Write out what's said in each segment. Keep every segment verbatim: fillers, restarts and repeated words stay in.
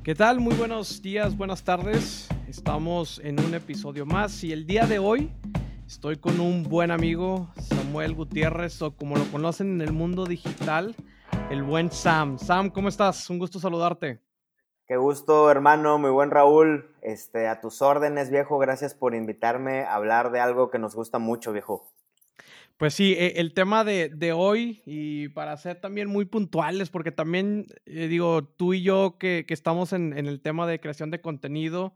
¿Qué tal? Muy buenos días, buenas tardes. Estamos en un episodio más y el día de hoy estoy con un buen amigo, Samuel Gutiérrez, o como lo conocen en el mundo digital, el buen Sam. Sam, ¿cómo estás? Un gusto saludarte. Qué gusto, hermano, muy buen Raúl. Este, a tus órdenes, viejo. Gracias por invitarme a hablar de algo que nos gusta mucho, viejo. Pues sí, eh, el tema de, de hoy, y para ser también muy puntuales, porque también, eh, digo, tú y yo que, que estamos en, en el tema de creación de contenido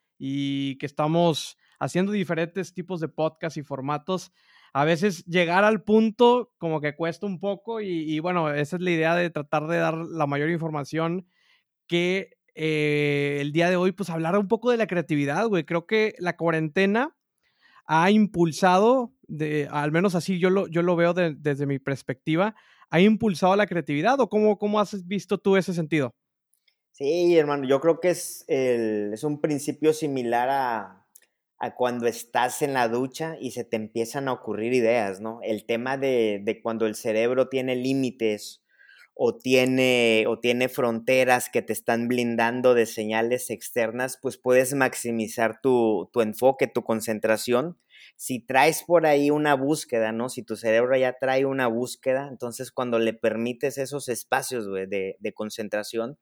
y que estamos haciendo diferentes tipos de podcast y formatos, a veces llegar al punto como que cuesta un poco y, y bueno, esa es la idea de tratar de dar la mayor información que eh, el día de hoy, pues hablar un poco de la creatividad, güey. Creo que la cuarentena ha impulsado, de, al menos así yo lo, yo lo veo de, desde mi perspectiva, ha impulsado la creatividad o cómo, cómo has visto tú ese sentido. Sí, hermano, yo creo que es, el, es un principio similar a, a cuando estás en la ducha y se te empiezan a ocurrir ideas, ¿no? El tema de, de cuando el cerebro tiene límites o tiene, o tiene fronteras que te están blindando de señales externas, pues puedes maximizar tu, tu enfoque, tu concentración. Si traes por ahí una búsqueda, ¿no? Si tu cerebro ya trae una búsqueda, entonces cuando le permites esos espacios, güey, de, de concentración,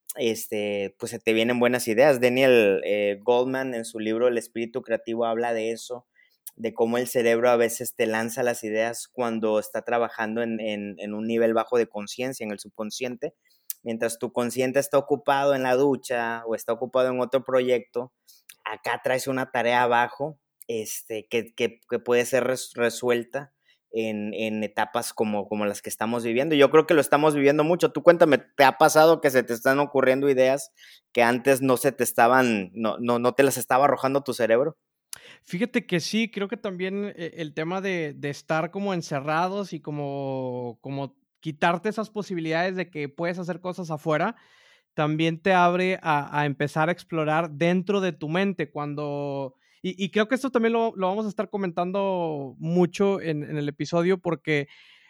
este, pues se te vienen buenas ideas. Daniel eh, Goldman en su libro El espíritu creativo habla de eso, de cómo el cerebro a veces te lanza las ideas cuando está trabajando en, en, en un nivel bajo de conciencia, en el subconsciente, mientras tu consciente está ocupado en la ducha o está ocupado en otro proyecto, acá traes una tarea abajo este, que, que, que puede ser res, resuelta en, en etapas como, como las que estamos viviendo. Yo creo que lo estamos viviendo mucho. Tú cuéntame, ¿te ha pasado que se te están ocurriendo ideas que antes no se te estaban, no, no, no te las estaba arrojando tu cerebro? Fíjate que sí, creo que también eh, el tema de, de estar como encerrados y como, como quitarte esas posibilidades de que puedes hacer cosas afuera, también te abre a, a empezar a explorar dentro de tu mente cuando... Y, y creo que esto también lo, lo, vamos a estar comentando mucho en, en el episodio porque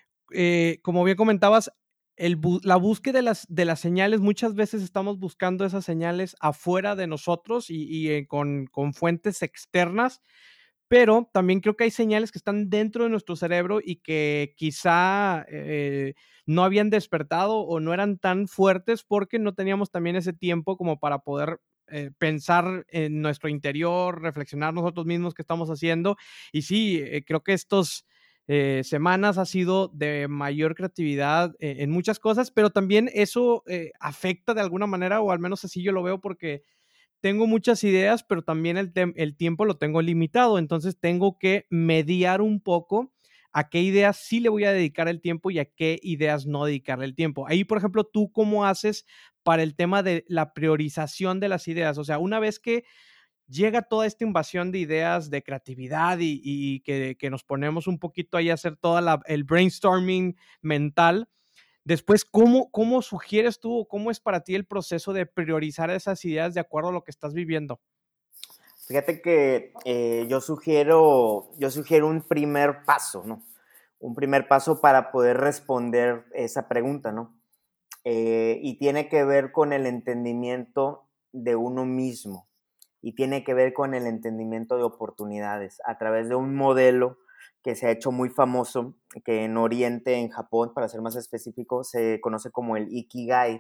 eh, como bien comentabas, el bu la búsqueda de las de las señales, muchas veces estamos buscando esas señales afuera de nosotros y y, eh, con con fuentes externas, pero también creo que hay señales que están dentro de nuestro cerebro y que quizá, eh, no habían despertado o no eran tan fuertes porque no teníamos también ese tiempo como para poder, eh, pensar en nuestro interior, reflexionar nosotros mismos qué estamos haciendo. Y sí, eh, creo que estos, eh, semanas ha sido de mayor creatividad, eh, en muchas cosas, pero también eso, eh, afecta de alguna manera, o al menos así yo lo veo, porque tengo muchas ideas, pero también el, tem- el tiempo lo tengo limitado, entonces tengo que mediar un poco a qué ideas sí le voy a dedicar el tiempo y a qué ideas no dedicarle el tiempo. Ahí, por ejemplo, ¿tú cómo haces para el tema de la priorización de las ideas? O sea, una vez que llega toda esta invasión de ideas, de creatividad y, y que, que nos ponemos un poquito ahí a hacer todo el brainstorming mental. Después, ¿cómo, ¿cómo sugieres tú o cómo es para ti el proceso de priorizar esas ideas de acuerdo a lo que estás viviendo? Fíjate que eh, yo sugiero, yo sugiero un primer paso, ¿no? Un primer paso para poder responder esa pregunta, ¿no? Eh, y tiene que ver con el entendimiento de uno mismo y tiene que ver con el entendimiento de oportunidades a través de un modelo que se ha hecho muy famoso, que en Oriente, en Japón, para ser más específico, se conoce como el Ikigai.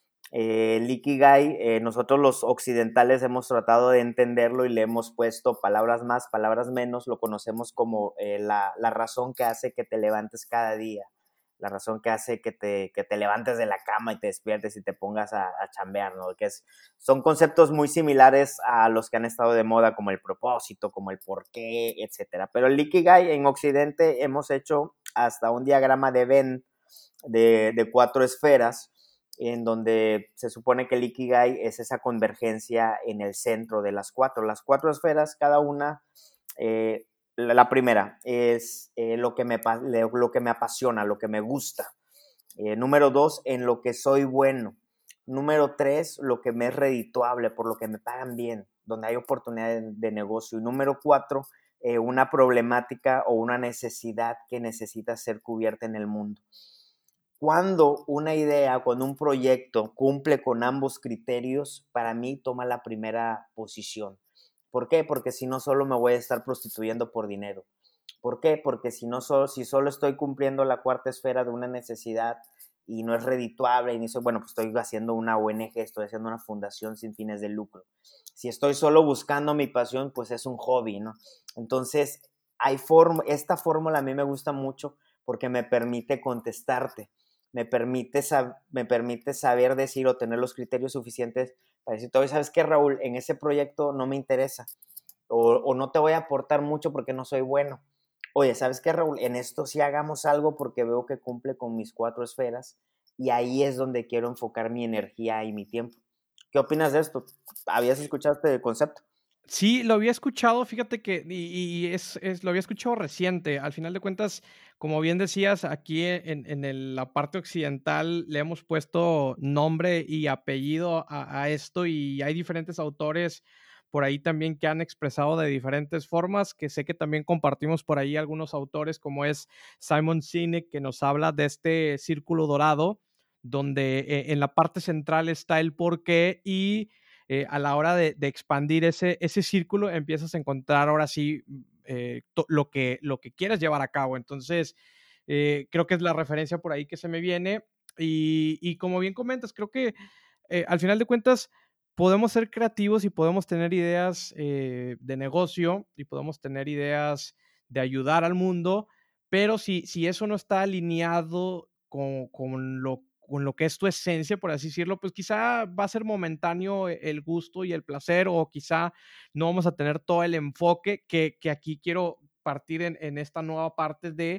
Eh, el Ikigai, eh, nosotros los occidentales hemos tratado de entenderlo y le hemos puesto palabras más, palabras menos, lo conocemos como eh, la, la razón que hace que te levantes cada día, la razón que hace que te, que te levantes de la cama y te despiertes y te pongas a, a chambear, ¿no? Que es, son conceptos muy similares a los que han estado de moda, como el propósito, como el porqué, etcétera. Pero el Ikigai en Occidente hemos hecho hasta un diagrama de Venn de, de cuatro esferas, en donde se supone que el Ikigai es esa convergencia en el centro de las cuatro. Las cuatro esferas, cada una, eh, la, la, primera es eh, lo, que me, lo que me apasiona, lo que me gusta. Eh, número dos, en lo que soy bueno. Número tres, lo que me es redituable, por lo que me pagan bien, donde hay oportunidades de, de negocio. Y número cuatro, eh, una problemática o una necesidad que necesita ser cubierta en el mundo. Cuando una idea, cuando un proyecto cumple con ambos criterios, para mí toma la primera posición. ¿Por qué? Porque si no, solo me voy a estar prostituyendo por dinero. ¿Por qué? Porque si no solo, si solo estoy cumpliendo la cuarta esfera de una necesidad y no es redituable, y ni soy, bueno, pues estoy haciendo una O N G, estoy haciendo una fundación sin fines de lucro. Si estoy solo buscando mi pasión, pues es un hobby, ¿no? Entonces, hay form esta fórmula a mí me gusta mucho porque me permite contestarte, me permite, me permite saber decir o tener los criterios suficientes para decir, oye, ¿sabes qué, Raúl? En ese proyecto no me interesa, o, o no te voy a aportar mucho porque no soy bueno. Oye, ¿sabes qué, Raúl? En esto sí hagamos algo porque veo que cumple con mis cuatro esferas y ahí es donde quiero enfocar mi energía y mi tiempo. ¿Qué opinas de esto? ¿Habías escuchado este concepto? Sí, lo había escuchado, fíjate que y y es es lo había escuchado reciente. Al final de cuentas, como bien decías, aquí en en el la parte occidental le hemos puesto nombre y apellido a a esto, y hay diferentes autores por ahí también que han expresado de diferentes formas, que sé que también compartimos por ahí algunos autores, como es Simon Sinek, que nos habla de este círculo dorado, donde, eh, en la parte central está el porqué y eh, a la hora de, de expandir ese, ese círculo, empiezas a encontrar ahora sí eh, to- lo, que, lo que quieres llevar a cabo. Entonces, eh, creo que es la referencia por ahí que se me viene. Y, y como bien comentas, creo que eh, al final de cuentas podemos ser creativos y podemos tener ideas eh, de negocio y podemos tener ideas de ayudar al mundo, pero si, si eso no está alineado con, con lo con lo que es tu esencia, por así decirlo, pues quizá va a ser momentáneo e- el gusto y el placer, o quizá no vamos a tener todo el enfoque que, que aquí quiero partir en, en esta nueva parte de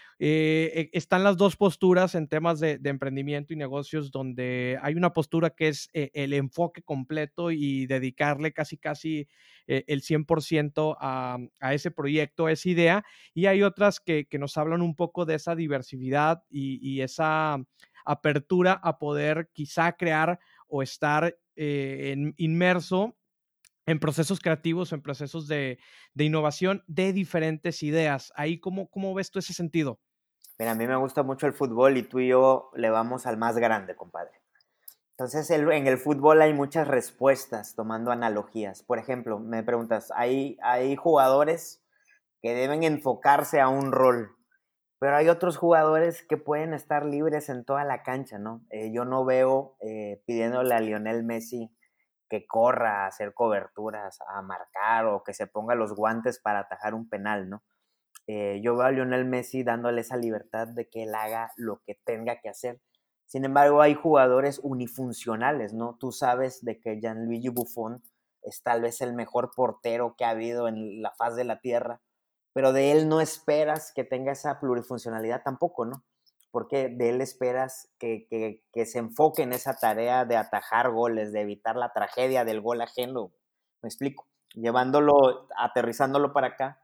eh, eh, están las dos posturas en temas de, de emprendimiento y negocios, donde hay una postura que es eh, el enfoque completo y dedicarle casi, casi eh, el cien por ciento a, a ese proyecto, a esa idea, y hay otras que, que nos hablan un poco de esa diversidad y, y esa apertura a poder quizá crear o estar eh, en- inmerso en procesos creativos, en procesos de, de innovación de diferentes ideas. Ahí, ¿cómo, cómo ves tú ese sentido? Mira, a mí me gusta mucho el fútbol y tú y yo le vamos al más grande, compadre. Entonces, el, en el fútbol hay muchas respuestas tomando analogías. Por ejemplo, me preguntas, hay, hay jugadores que deben enfocarse a un rol, pero hay otros jugadores que pueden estar libres en toda la cancha, ¿no? Eh, yo no veo eh, pidiéndole a Lionel Messi que corra a hacer coberturas, a marcar o que se ponga los guantes para atajar un penal, ¿no? Eh, yo veo a Lionel Messi dándole esa libertad de que él haga lo que tenga que hacer. Sin embargo, hay jugadores unifuncionales, ¿no? Tú sabes de que Gianluigi Buffon es tal vez el mejor portero que ha habido en la faz de la tierra, pero de él no esperas que tenga esa plurifuncionalidad tampoco, ¿no? Porque de él esperas que, que, que se enfoque en esa tarea de atajar goles, de evitar la tragedia del gol ajeno. Me explico. Llevándolo, aterrizándolo para acá,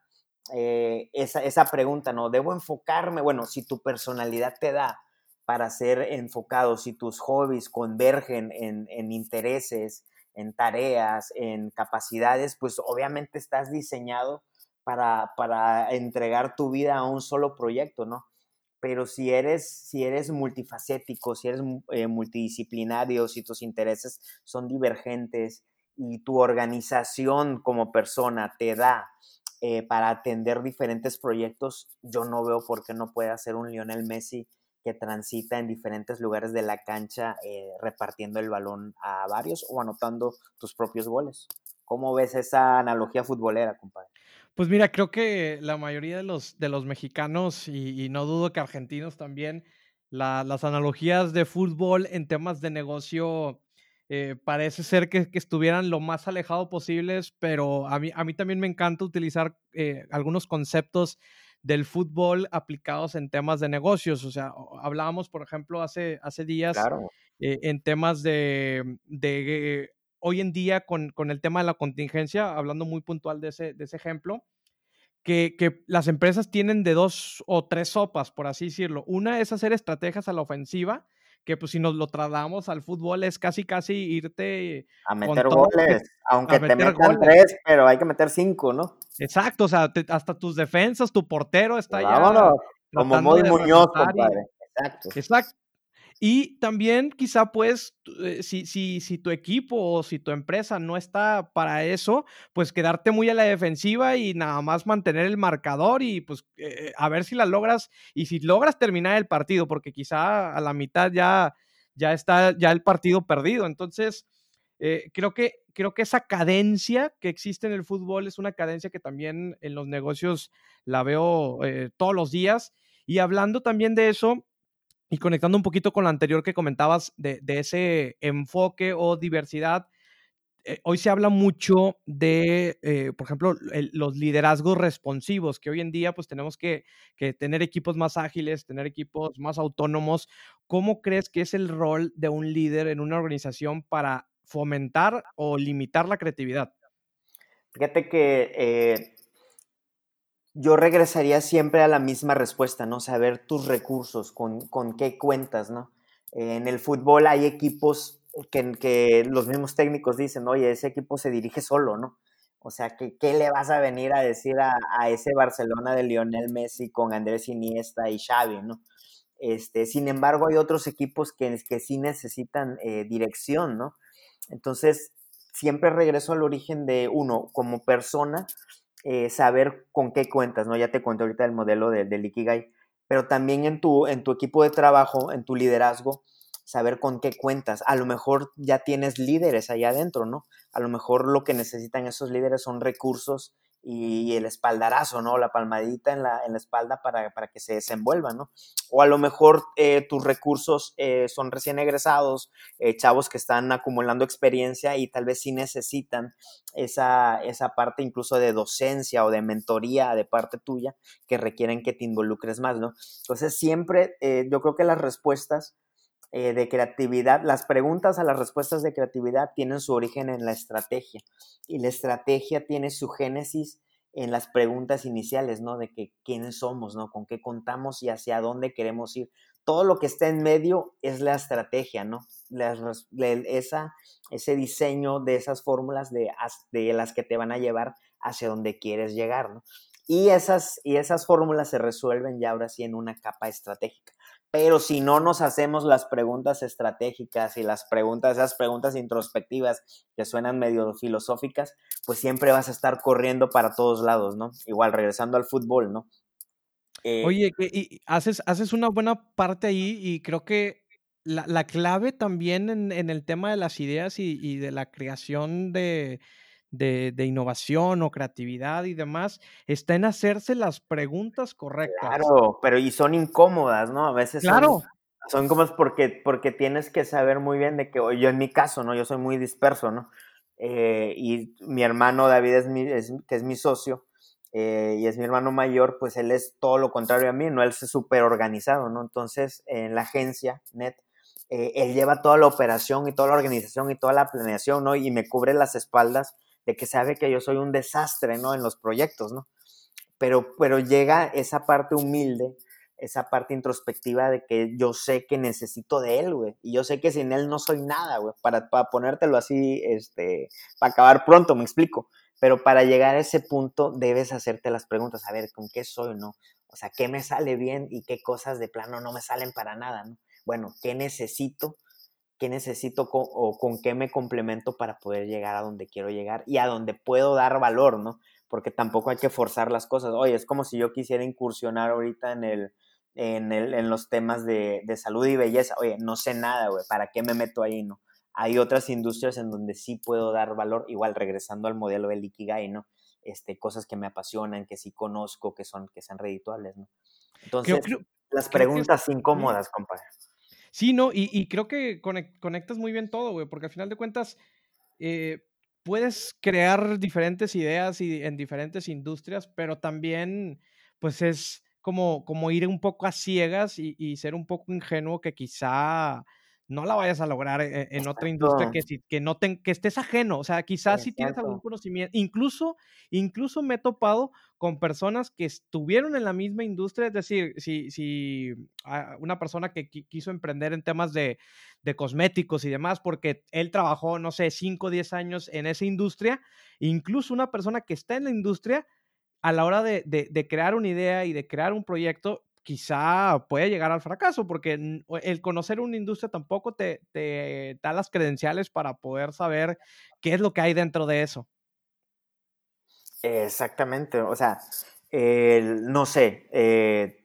eh, esa, esa pregunta, ¿no? ¿Debo enfocarme? Bueno, si tu personalidad te da para ser enfocado, si tus hobbies convergen en, en intereses, en tareas, en capacidades, pues obviamente estás diseñado para, para entregar tu vida a un solo proyecto, ¿no? Pero si eres, si eres multifacético, si eres eh, multidisciplinario, si tus intereses son divergentes y tu organización como persona te da eh, para atender diferentes proyectos, yo no veo por qué no puede ser un Lionel Messi que transita en diferentes lugares de la cancha eh, repartiendo el balón a varios o anotando tus propios goles. ¿Cómo ves esa analogía futbolera, compadre? Pues mira, creo que la mayoría de los, de los mexicanos, y, y no dudo que argentinos también, la- las analogías de fútbol en temas de negocio eh, parece ser que, que estuvieran lo más alejado posibles, pero a mí, a mí también me encanta utilizar eh, algunos conceptos del fútbol aplicados en temas de negocios. O sea, o- hablábamos, por ejemplo, hace, hace días Claro, eh, en temas de, de eh, hoy en día con, con el tema de la contingencia, hablando muy puntual de ese, de ese ejemplo, que, que las empresas tienen de dos o tres sopas, por así decirlo. Una es hacer estrategias a la ofensiva, que pues si nos lo trasladamos al fútbol es casi, casi irte a con meter todo goles, a aunque te meter metan goles. tres, pero hay que meter cinco, ¿no? Exacto, o sea, te- hasta tus defensas, tu portero está ya Vámonos, como tratando Moy de Muñoz, rematar y compadre. Exacto. Exacto. Y también quizá, pues, eh, si si si tu equipo o si tu empresa no está para eso, pues, quedarte muy a la defensiva y nada más mantener el marcador y, pues, eh, a ver si la logras y si logras terminar el partido, porque quizá a la mitad ya ya está ya el partido perdido. Entonces, eh, creo que creo que esa cadencia que existe en el fútbol es una cadencia que también en los negocios la veo, eh, todos los días. Y hablando también de eso, y conectando un poquito con lo anterior que comentabas de, de ese enfoque o diversidad, eh, hoy se habla mucho de, eh, por ejemplo, el- los liderazgos responsivos, que hoy en día pues tenemos que, que tener equipos más ágiles, tener equipos más autónomos. ¿Cómo crees que es el rol de un líder en una organización para fomentar o limitar la creatividad? Fíjate que eh, yo regresaría siempre a la misma respuesta, ¿no? Saber tus recursos, con, con qué cuentas, ¿no? Eh, en el fútbol hay equipos que, que los mismos técnicos dicen, oye, ese equipo se dirige solo, ¿no? O sea, ¿qué, qué le vas a venir a decir a, a ese Barcelona de Lionel Messi con Andrés Iniesta y Xavi, ¿no? Este, sin embargo, hay otros equipos que, que sí necesitan eh, dirección, ¿no? Entonces, siempre regreso al origen de uno, como persona, eh, saber con qué cuentas, ¿no? Ya te cuento ahorita el modelo de, del Ikigai, pero también en tu, en tu equipo de trabajo, en tu liderazgo, saber con qué cuentas. A lo mejor ya tienes líderes allá adentro, ¿no? A lo mejor lo que necesitan esos líderes son recursos y el espaldarazo, ¿no? La palmadita en la, en la espalda para, para que se desenvuelvan, ¿no? O a lo mejor eh, tus recursos eh, son recién egresados, eh, chavos que están acumulando experiencia y tal vez sí necesitan esa, esa parte incluso de docencia o de mentoría de parte tuya que requieren que te involucres más, ¿no? Entonces siempre eh, yo creo que las respuestas eh, de creatividad, las preguntas a las respuestas de creatividad tienen su origen en la estrategia y la estrategia tiene su génesis en las preguntas iniciales, ¿no? De que quiénes somos, ¿no? Con qué contamos y hacia dónde queremos ir. Todo lo que está en medio es la estrategia, ¿no? Las, esa, ese diseño de esas fórmulas de, de las que te van a llevar hacia donde quieres llegar, ¿no? Y esas, y esas fórmulas se resuelven ya ahora sí en una capa estratégica. Pero si no nos hacemos las preguntas estratégicas y las preguntas, esas preguntas introspectivas que suenan medio filosóficas, pues siempre vas a estar corriendo para todos lados, ¿no? Igual, regresando al fútbol, ¿no? Eh, Oye, que y haces haces una buena parte ahí, y creo que la la clave también en en el tema de las ideas y y de la creación de de de innovación o creatividad y demás, está en hacerse las preguntas correctas. claro, pero y son incómodas, ¿no? A veces son, Claro, son incómodas porque, porque tienes que saber muy bien de que, o yo en mi caso, ¿no? Yo soy muy disperso, ¿no? Eh, y mi hermano David, es mi, es, que es mi socio, eh, y es mi hermano mayor, pues él es todo lo contrario a mí, ¿no? Él es súper organizado, ¿no? Entonces, en la agencia, Net, eh, él lleva toda la operación y toda la organización y toda la planeación, ¿no? Y me cubre las espaldas de que sabe que yo soy un desastre, ¿no? En los proyectos, ¿no? pero, pero llega esa parte humilde, esa parte introspectiva de que yo sé que necesito de él, güey, y yo sé que sin él no soy nada, güey, para, para ponértelo así, este, para acabar pronto, me explico, pero para llegar a ese punto debes hacerte las preguntas, a ver, ¿con qué soy, no? O sea, ¿qué me sale bien y qué cosas de plano no me salen para nada, no? Bueno, ¿qué necesito? ¿Qué necesito con, o con qué me complemento para poder llegar a donde quiero llegar y a donde puedo dar valor, ¿no? Porque tampoco hay que forzar las cosas. Oye, es como si yo quisiera incursionar ahorita en, el, en, el, en los temas de, de salud y belleza. Oye, no sé nada, güey, ¿para qué me meto ahí, no? Hay otras industrias en donde sí puedo dar valor, igual regresando al modelo del Ikigai, ¿no? Este, cosas que me apasionan, que sí conozco, que son, que sean redituables, ¿no? creo Entonces, creo las creo que es preguntas sí. incómodas, compadre. Sí, no, y y creo que conec conectas muy bien todo, güey, porque al final de cuentas, eh, puedes crear diferentes ideas y en diferentes industrias, pero también, pues, es como como ir un poco a ciegas y y ser un poco ingenuo que quizá no la vayas a lograr e en otra industria Exacto, que si que no ten que estés ajeno, o sea, quizás si tienes algún exacto. conocimiento, incluso incluso me he topado con personas que estuvieron en la misma industria, es decir, si si, ah, una persona que qui quiso emprender en temas de de cosméticos y demás, porque él trabajó, no sé, cinco o diez años en esa industria. Incluso una persona que está en la industria, a la hora de, de, de crear una idea y de crear un proyecto, quizá puede llegar al fracaso, porque el conocer una industria tampoco te, te da las credenciales para poder saber qué es lo que hay dentro de eso. Exactamente, o sea, eh, no sé, eh,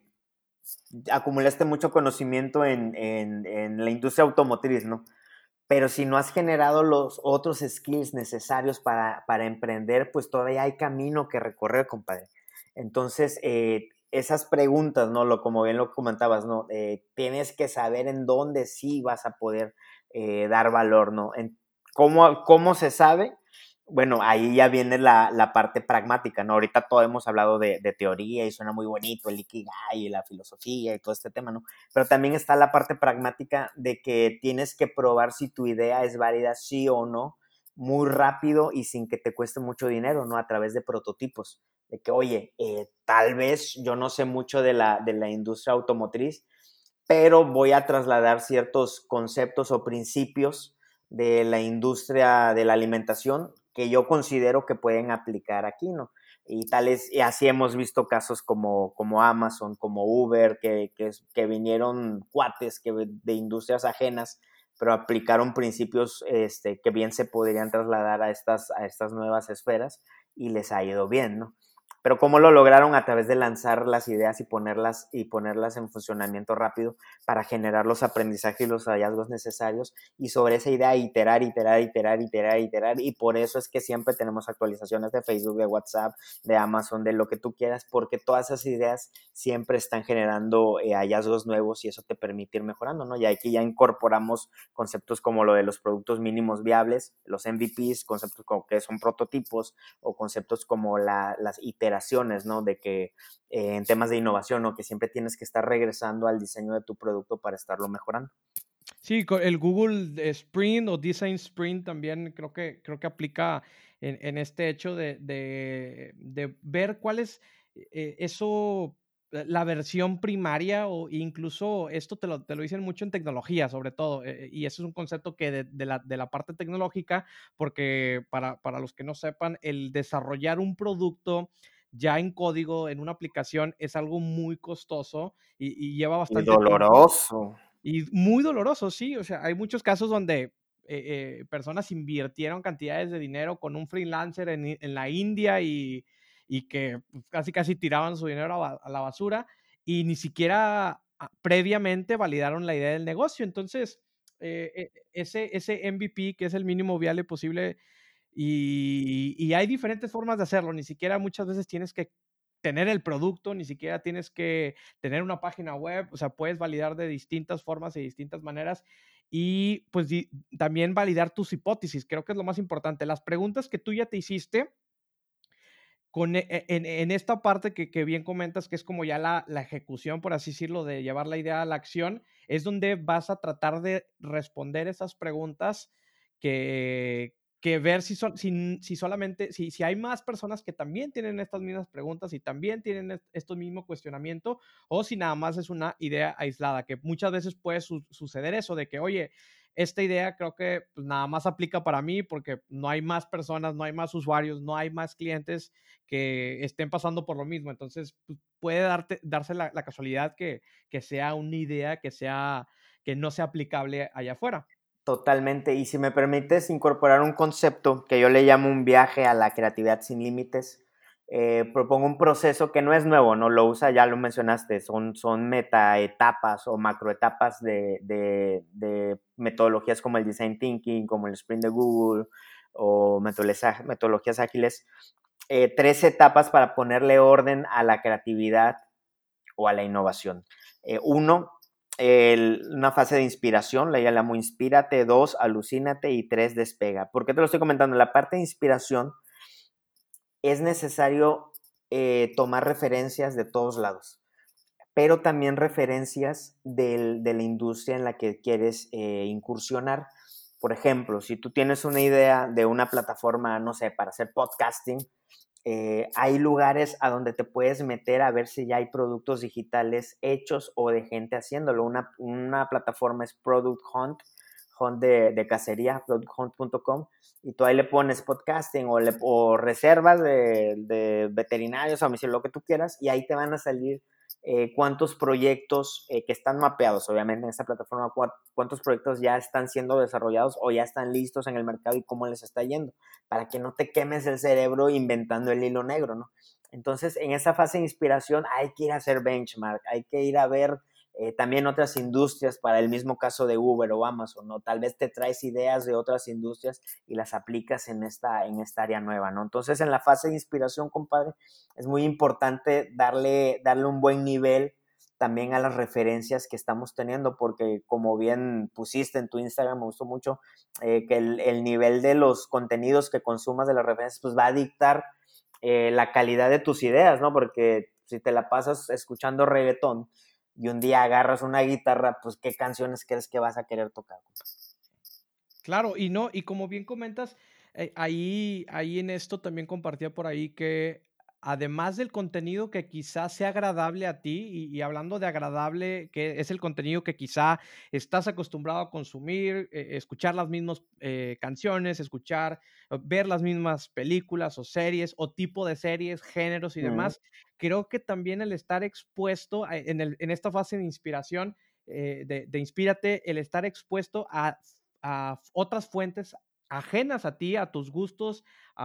acumulaste mucho conocimiento en, en, en la industria automotriz, ¿no? Pero si no has generado los otros skills necesarios para, para emprender, pues todavía hay camino que recorrer, compadre. Entonces, eh, esas preguntas, ¿no? Lo, como bien lo comentabas, ¿no? Eh, tienes que saber en dónde sí vas a poder eh, dar valor, ¿no? En cómo, cómo se sabe. Bueno, ahí ya viene la, la parte pragmática, ¿no? Ahorita todo hemos hablado de, de teoría y suena muy bonito el Ikigai y la filosofía y todo este tema, ¿no? Pero también está la parte pragmática de que tienes que probar si tu idea es válida, sí o no, muy rápido y sin que te cueste mucho dinero, ¿no? A través de prototipos. De que, oye, eh, tal vez yo no sé mucho de la, de la industria automotriz, pero voy a trasladar ciertos conceptos o principios de la industria de la alimentación que yo considero que pueden aplicar aquí, ¿no? Y tales, y así hemos visto casos como, como Amazon, como Uber, que, que, que vinieron cuates que, de industrias ajenas, pero aplicaron principios este, que bien se podrían trasladar a estas, a estas nuevas esferas y les ha ido bien, ¿no? Pero cómo lo lograron a través de lanzar las ideas y ponerlas, y ponerlas en funcionamiento rápido para generar los aprendizajes y los hallazgos necesarios y sobre esa idea iterar, iterar, iterar, iterar, iterar y por eso es que siempre tenemos actualizaciones de Facebook, de WhatsApp, de Amazon, de lo que tú quieras, porque todas esas ideas siempre están generando eh, hallazgos nuevos y eso te permite ir mejorando, ¿no? Y aquí ya incorporamos conceptos como lo de los productos mínimos viables, los M V Ps, conceptos como que son prototipos o conceptos como la, las iteraciones, ¿no? De que eh, en temas de innovación, ¿no? Que siempre tienes que estar regresando al diseño de tu producto para estarlo mejorando. Sí, el Google Sprint o Design Sprint también creo que, creo que aplica en, en este hecho de, de, de ver cuál es eh, eso, la versión primaria o incluso esto te lo, te lo dicen mucho en tecnología sobre todo, eh, y eso es un concepto que de, de, la, de la parte tecnológica, porque para, para los que no sepan, el desarrollar un producto ya en código, en una aplicación, es algo muy costoso y, y lleva Y bastante tiempo. doloroso. Y muy doloroso, sí, o sea, hay muchos casos donde eh, eh, personas invirtieron cantidades de dinero con un freelancer en, en la India y, y que pues, casi casi tiraban su dinero a, a la basura y ni siquiera ah, previamente validaron la idea del negocio. Entonces, eh, eh, ese, ese M V P, que es el mínimo viable posible, y, y hay diferentes formas de hacerlo, ni siquiera muchas veces tienes que tener el producto, ni siquiera tienes que tener una página web, o sea, puedes validar de distintas formas y distintas maneras y pues di, también validar tus hipótesis, creo que es lo más importante. Las preguntas que tú ya te hiciste con, e, e, en, en, esta parte que, que, bien comentas, que es como ya la, la ejecución, por así decirlo, de llevar la idea a la acción, es donde vas a tratar de responder esas preguntas que, que ver si, son, si, si solamente, si, si hay más personas que también tienen estas mismas preguntas y también tienen estos mismos cuestionamientos, o si nada más es una idea aislada, que muchas veces puede su, suceder eso de que, oye, esta idea creo que pues, nada más aplica para mí porque no hay más personas, no hay más usuarios, no hay más clientes que estén pasando por lo mismo. Entonces, pues, puede darte, darse la, la casualidad que, que sea una idea que, sea, que no sea aplicable allá afuera. Totalmente. Y si me permites incorporar un concepto que yo le llamo un viaje a la creatividad sin límites, eh, propongo un proceso que no es nuevo, no lo usa, ya lo mencionaste, son, son metaetapas o macroetapas de, de, de metodologías como el Design Thinking, como el Sprint de Google o metodologías, metodologías ágiles. Eh, tres etapas para ponerle orden a la creatividad o a la innovación. Eh, uno, el, una fase de inspiración, la llamo inspírate, dos, alucínate y tres, despega. ¿Por qué te lo estoy comentando? En la parte de inspiración es necesario eh, tomar referencias de todos lados, pero también referencias del, de la industria en la que quieres eh, incursionar. Por ejemplo, si tú tienes una idea de una plataforma, no sé, para hacer podcasting, eh, hay lugares a donde te puedes meter a ver si ya hay productos digitales hechos o de gente haciéndolo. Una, una plataforma es Product Hunt, Hunt de, de cacería, product hunt punto com, y tú ahí le pones podcasting o, le, o reservas de, de veterinarios, o lo que tú quieras, y ahí te van a salir eh, cuántos proyectos eh, que están mapeados, obviamente, en esta plataforma, cuántos proyectos ya están siendo desarrollados o ya están listos en el mercado y cómo les está yendo, para que no te quemes el cerebro inventando el hilo negro, ¿no? Entonces, en esa fase de inspiración hay que ir a hacer benchmark, hay que ir a ver eh, también otras industrias para el mismo caso de Uber o Amazon, ¿no? Tal vez te traes ideas de otras industrias y las aplicas en esta, en esta área nueva, ¿no? Entonces, en la fase de inspiración, compadre, es muy importante darle, darle un buen nivel también a las referencias que estamos teniendo, porque como bien pusiste en tu Instagram, me gustó mucho, eh, que el, el nivel de los contenidos que consumas de las referencias, pues va a dictar eh, la calidad de tus ideas, ¿no? Porque si te la pasas escuchando reggaetón y un día agarras una guitarra, pues ¿qué canciones crees que vas a querer tocar? Claro, y no, y como bien comentas, eh, ahí, ahí en esto también compartía por ahí que además del contenido que quizás sea agradable a ti, y, y hablando de agradable, que es el contenido que quizá estás acostumbrado a consumir, eh, escuchar las mismas eh, canciones, escuchar, eh, ver las mismas películas o series o tipo de series, géneros y Mm, demás, creo que también el estar expuesto a- en, el, en esta fase de inspiración, eh, de, de inspírate, el estar expuesto a a otras fuentes ajenas a ti, a tus gustos,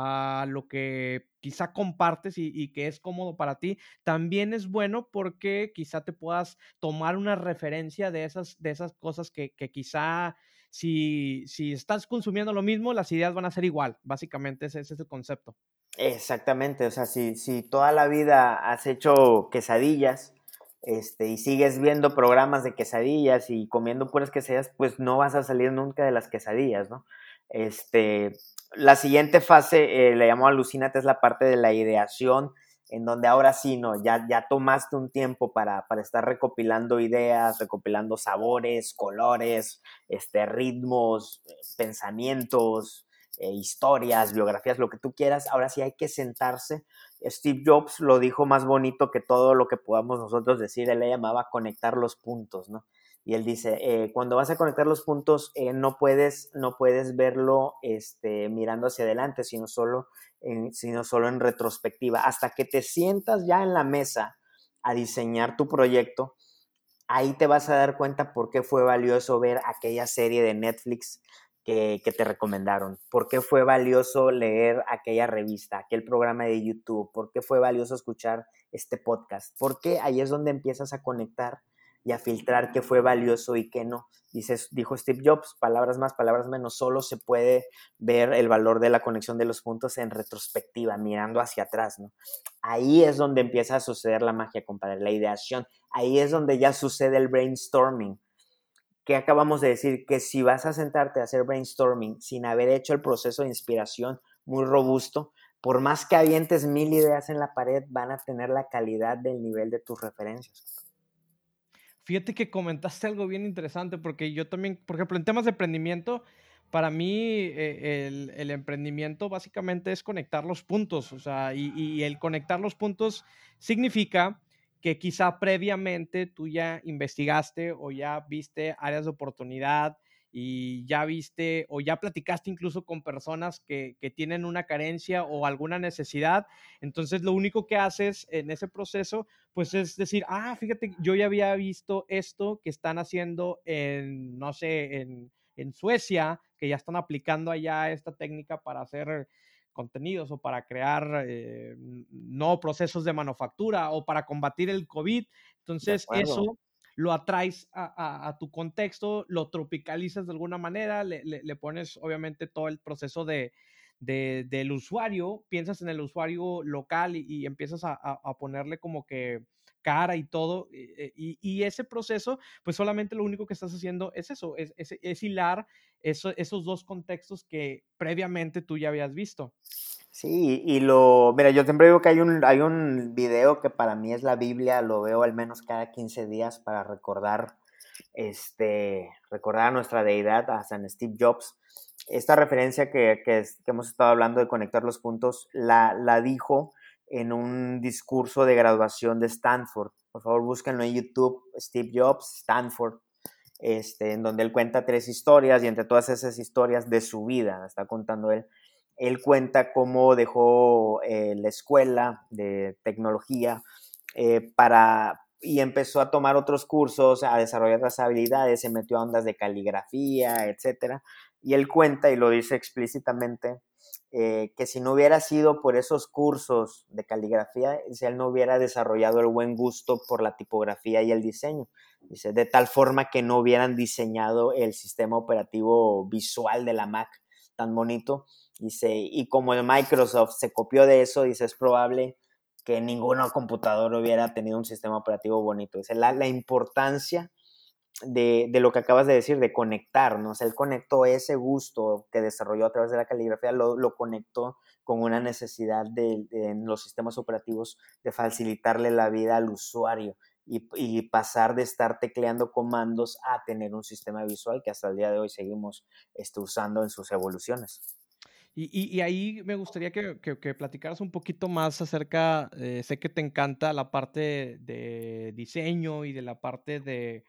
a lo que quizá compartes y, y que es cómodo para ti, también es bueno porque quizá te puedas tomar una referencia de esas, de esas cosas que, que quizá si, si estás consumiendo lo mismo, las ideas van a ser igual. Básicamente ese, ese es el concepto. exactamente, o sea, si, si toda la vida has hecho quesadillas, este, y sigues viendo programas de quesadillas y comiendo puras quesadillas, pues no vas a salir nunca de las quesadillas, ¿no? Este, la siguiente fase, eh, le llamo alucínate, es la parte de la ideación, en donde ahora sí, ¿no? Ya, ya tomaste un tiempo para, para estar recopilando ideas, recopilando sabores, colores, este, ritmos, eh, pensamientos, eh, historias, biografías, lo que tú quieras. Ahora sí hay que sentarse. Steve Jobs lo dijo más bonito que todo lo que podamos nosotros decir. Él le llamaba conectar los puntos, ¿no? Y él dice, eh, cuando vas a conectar los puntos, eh, no, puedes, no puedes verlo este, mirando hacia adelante, sino solo, en, sino solo en retrospectiva. Hasta que te sientas ya en la mesa a diseñar tu proyecto, ahí te vas a dar cuenta por qué fue valioso ver aquella serie de Netflix que, que, te recomendaron, por qué fue valioso leer aquella revista, aquel programa de YouTube, por qué fue valioso escuchar este podcast, porque ahí es donde empiezas a conectar y a filtrar qué fue valioso y qué no. Dices, dijo Steve Jobs, palabras más, palabras menos, solo se puede ver el valor de la conexión de los puntos en retrospectiva, mirando hacia atrás, ¿no? Ahí es donde empieza a suceder la magia, compadre, la ideación. Ahí es donde ya sucede el brainstorming. Que acabamos de decir que si vas a sentarte a hacer brainstorming sin haber hecho el proceso de inspiración muy robusto, por más que avientes mil ideas en la pared, van a tener la calidad del nivel de tus referencias. Fíjate que comentaste algo bien interesante porque yo también, por ejemplo, en temas de emprendimiento, para mí eh, el, el emprendimiento básicamente es conectar los puntos, o sea, y, y el conectar los puntos significa que quizá previamente tú ya investigaste o ya viste áreas de oportunidad y ya viste o ya platicaste incluso con personas que, que tienen una carencia o alguna necesidad. Entonces, lo único que haces en ese proceso pues es decir, ah, fíjate, yo ya había visto esto que están haciendo en, no sé, en, en Suecia, que ya están aplicando allá esta técnica para hacer contenidos o para crear eh, no procesos de manufactura o para combatir el COVID. De Entonces, acuerdo. eso lo atraes a, a, a tu contexto, lo tropicalizas de alguna manera, le, le, le pones obviamente todo el proceso de, de, del usuario, piensas en el usuario local y, y empiezas a, a, a, ponerle como que cara y todo, eh, y, y, ese proceso, pues solamente lo único que estás haciendo es eso, es, es, es hilar eso, esos dos contextos que previamente tú ya habías visto. Sí, y lo, mira, yo siempre digo que hay un, hay un video que para mí es la Biblia, lo veo al menos cada quince días para recordar, este, recordar a nuestra deidad, a San Steve Jobs. Esta referencia que, que, es, que hemos estado hablando de conectar los puntos, la, la dijo en un discurso de graduación de Stanford. Por favor, búsquenlo en YouTube, Steve Jobs, Stanford, este, en donde él cuenta tres historias y entre todas esas historias de su vida, está contando él, él cuenta cómo dejó eh, la escuela de tecnología eh, para, y empezó a tomar otros cursos, a desarrollar otras habilidades, se metió a ondas de caligrafía, etcétera. Y él cuenta y lo dice explícitamente eh, que si no hubiera sido por esos cursos de caligrafía, si él no hubiera desarrollado el buen gusto por la tipografía y el diseño. Dice, de tal forma que no hubieran diseñado el sistema operativo visual de la Mac tan bonito. Dice, y como el Microsoft se copió de eso, dice, es probable que ninguna computadora hubiera tenido un sistema operativo bonito. Dice, la, la importancia de, de lo que acabas de decir, de conectar, ¿no? O sea, él conectó ese gusto que desarrolló a través de la caligrafía, lo, lo conectó con una necesidad de, de, en los sistemas operativos de facilitarle la vida al usuario y, y pasar de estar tecleando comandos a tener un sistema visual que hasta el día de hoy seguimos este, usando en sus evoluciones. Y, y, y ahí me gustaría que, que, que platicaras un poquito más acerca, eh, sé que te encanta la parte de diseño y de la parte de,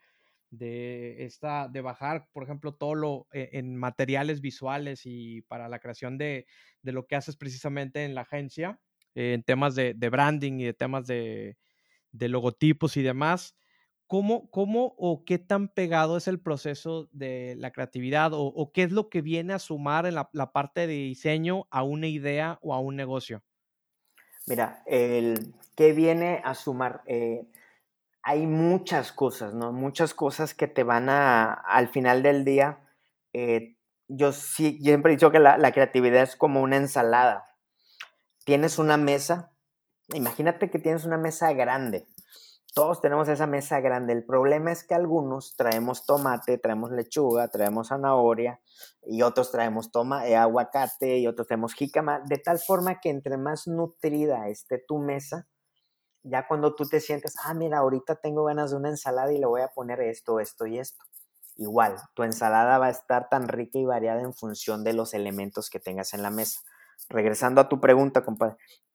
de, esta, de bajar, por ejemplo, todo lo eh, en materiales visuales y para la creación de, de lo que haces precisamente en la agencia, eh, en temas de, de branding y de temas de, de logotipos y demás. ¿Cómo, ¿Cómo o qué tan pegado es el proceso de la creatividad o, o qué es lo que viene a sumar en la, la parte de diseño a una idea o a un negocio? Mira, el ¿qué viene a sumar? Eh, hay muchas cosas, ¿no? Muchas cosas que te van a, al final del día, eh, yo sí, siempre he dicho que la, la creatividad es como una ensalada. Tienes una mesa, imagínate que tienes una mesa grande. Todos tenemos esa mesa grande. El problema es que algunos traemos tomate, traemos lechuga, traemos zanahoria y otros traemos toma, eh, aguacate y otros traemos jícama, de tal forma que entre más nutrida esté tu mesa, ya cuando tú te sientes, ah, mira, ahorita tengo ganas de una ensalada y le voy a poner esto, esto y esto. Igual, tu ensalada va a estar tan rica y variada en función de los elementos que tengas en la mesa. Regresando a tu pregunta, compadre,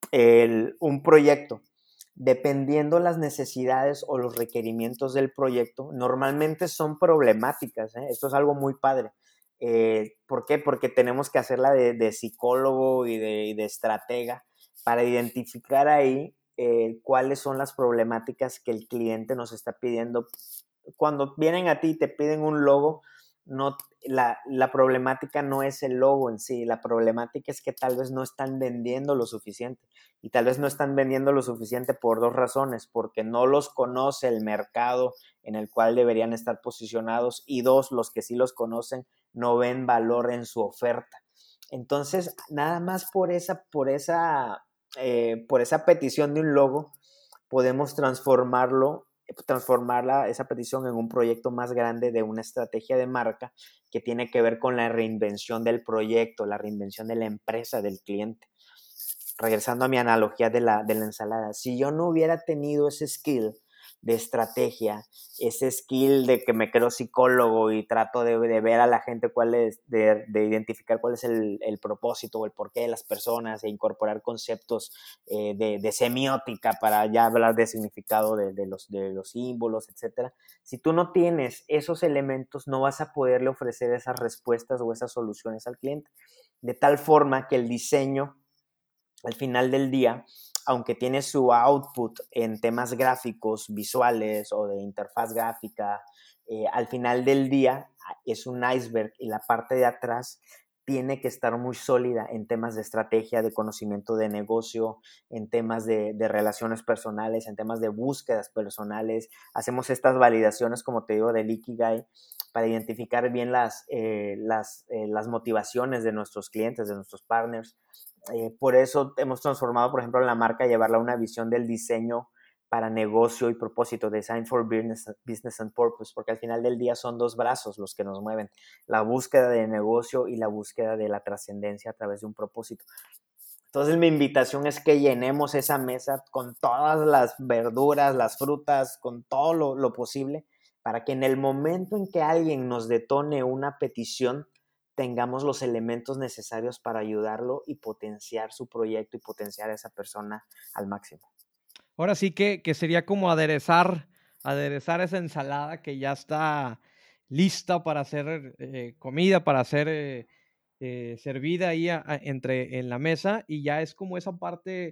el, un proyecto, dependiendo las necesidades o los requerimientos del proyecto, normalmente son problemáticas, ¿eh? Esto es algo muy padre. Eh, ¿Por qué? Porque tenemos que hacerla de, de psicólogo y de, y de estratega para identificar ahí eh, cuáles son las problemáticas que el cliente nos está pidiendo. Cuando vienen a ti y te piden un logo, no, la, la problemática no es el logo en sí, la problemática es que tal vez no están vendiendo lo suficiente y tal vez no están vendiendo lo suficiente por dos razones, porque no los conoce el mercado en el cual deberían estar posicionados y dos, los que sí los conocen no ven valor en su oferta. Entonces, nada más por esa, por esa, eh, por esa petición de un logo, podemos transformarlo, transformarla, esa petición en un proyecto más grande de una estrategia de marca que tiene que ver con la reinvención del proyecto, la reinvención de la empresa, del cliente. Regresando a mi analogía de la, de la ensalada, si yo no hubiera tenido ese skill de estrategia, ese skill de que me creo psicólogo y trato de, de ver a la gente cuál es, de, de identificar cuál es el, el propósito o el porqué de las personas e incorporar conceptos eh, de, de semiótica para ya hablar de significado de, de, los, de los símbolos, etcétera. Si tú no tienes esos elementos, no vas a poderle ofrecer esas respuestas o esas soluciones al cliente. De tal forma que el diseño, al final del día, aunque tiene su output en temas gráficos, visuales o de interfaz gráfica, eh, al final del día es un iceberg y la parte de atrás tiene que estar muy sólida en temas de estrategia, de conocimiento de negocio, en temas de, de relaciones personales, en temas de búsquedas personales. Hacemos estas validaciones, como te digo, del Ikigai para identificar bien las, eh, las, eh, las motivaciones de nuestros clientes, de nuestros partners. Eh, por eso hemos transformado, por ejemplo, la marca, llevarla a una visión del diseño para negocio y propósito, Design for Business, Business and Purpose, porque al final del día son dos brazos los que nos mueven, la búsqueda de negocio y la búsqueda de la trascendencia a través de un propósito. Entonces mi invitación es que llenemos esa mesa con todas las verduras, las frutas, con todo lo, lo posible, para que en el momento en que alguien nos detone una petición, tengamos los elementos necesarios para ayudarlo y potenciar su proyecto y potenciar a esa persona al máximo. Ahora sí que, que sería como aderezar, aderezar esa ensalada que ya está lista para ser eh, comida, para ser eh, eh, servida ahí a- a- entre, en la mesa y ya es como esa parte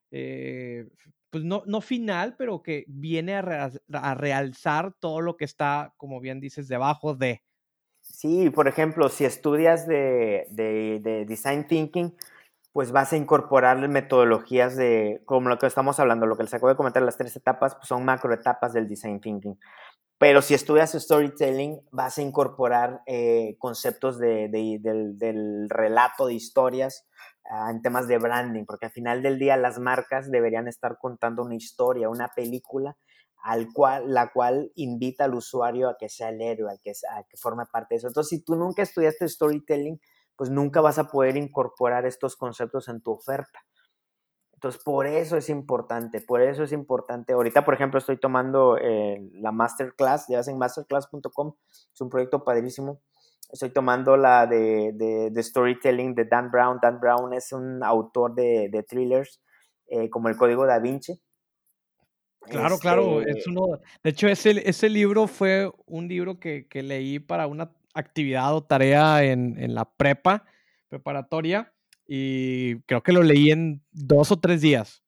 eh, pues no, no final, pero que viene a, rea- a realzar todo lo que está, como bien dices, debajo de. Sí, por ejemplo, si estudias de, de, de design thinking, pues vas a incorporar metodologías de, como lo que estamos hablando, lo que les acabo de comentar, las tres etapas, pues son macroetapas del design thinking. Pero si estudias storytelling, vas a incorporar eh, conceptos de, de, del, del relato de historias uh, en temas de branding, porque al final del día las marcas deberían estar contando una historia, una película, al cual, la cual invita al usuario a que sea el héroe, a que, a que forme parte de eso. Entonces, si tú nunca estudiaste storytelling, pues nunca vas a poder incorporar estos conceptos en tu oferta. Entonces, por eso es importante, por eso es importante. Ahorita, por ejemplo, estoy tomando eh, la masterclass, ya en masterclass punto com, es un proyecto padrísimo. Estoy tomando la de, de, de storytelling de Dan Brown. Dan Brown es un autor de, de thrillers, eh, como El Código Da Vinci. Claro, claro, es Este, uno, de hecho, ese, ese libro fue un libro que, que leí para una actividad o tarea en, en la prepa preparatoria y creo que lo leí en dos o tres días.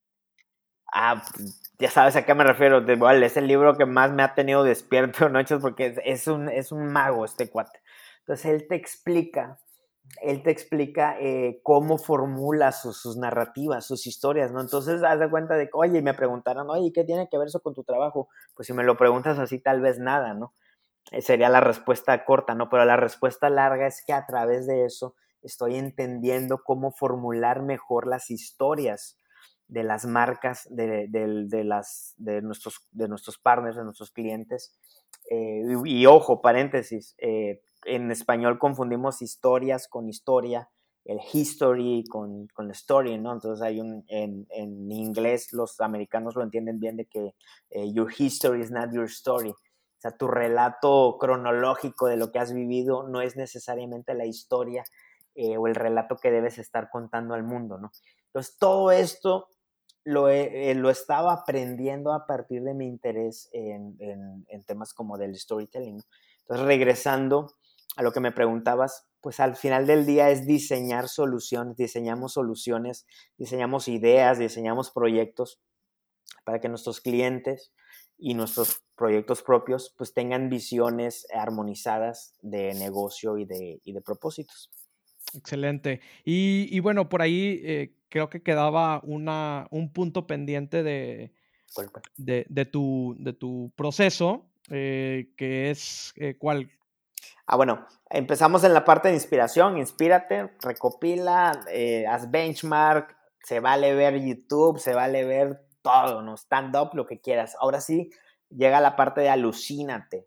ah, ya sabes a qué me refiero. De, igual, es el libro que más me ha tenido despierto noches porque es, es, un, es un mago este cuate. Entonces, él te explica él te explica eh, cómo formula sus, sus, narrativas, sus historias, ¿no? Entonces, haz de cuenta de que, oye, y me preguntaron, oye, ¿qué tiene que ver eso con tu trabajo? Pues si me lo preguntas así, tal vez nada, ¿no? Eh, sería la respuesta corta, ¿no? Pero la respuesta larga es que a través de eso estoy entendiendo cómo formular mejor las historias de las marcas, de, de, de, las, de, nuestros, de nuestros partners, de nuestros clientes. Eh, y, y, ojo, paréntesis, eh, en español confundimos historias con historia, el history con, con la story, ¿no? Entonces hay un, en, en inglés los americanos lo entienden bien de que eh, your history is not your story. O sea, tu relato cronológico de lo que has vivido no es necesariamente la historia eh, o el relato que debes estar contando al mundo, ¿no? Entonces, todo esto lo, he, eh, lo estaba aprendiendo a partir de mi interés en, en, en temas como del storytelling, ¿no? Entonces, regresando a lo que me preguntabas, pues al final del día es diseñar soluciones, diseñamos soluciones, diseñamos ideas, diseñamos proyectos para que nuestros clientes y nuestros proyectos propios pues tengan visiones armonizadas de negocio y de, y de propósitos. Excelente. Y, y bueno, por ahí eh, creo que quedaba una, un punto pendiente de, de, de, tu, de tu proceso, eh, que es eh, cuál. Ah, bueno, empezamos en la parte de inspiración. Inspírate, recopila, eh, haz benchmark, se vale ver YouTube, se vale ver todo, ¿no? Stand-up, lo que quieras. Ahora sí, llega la parte de alucínate.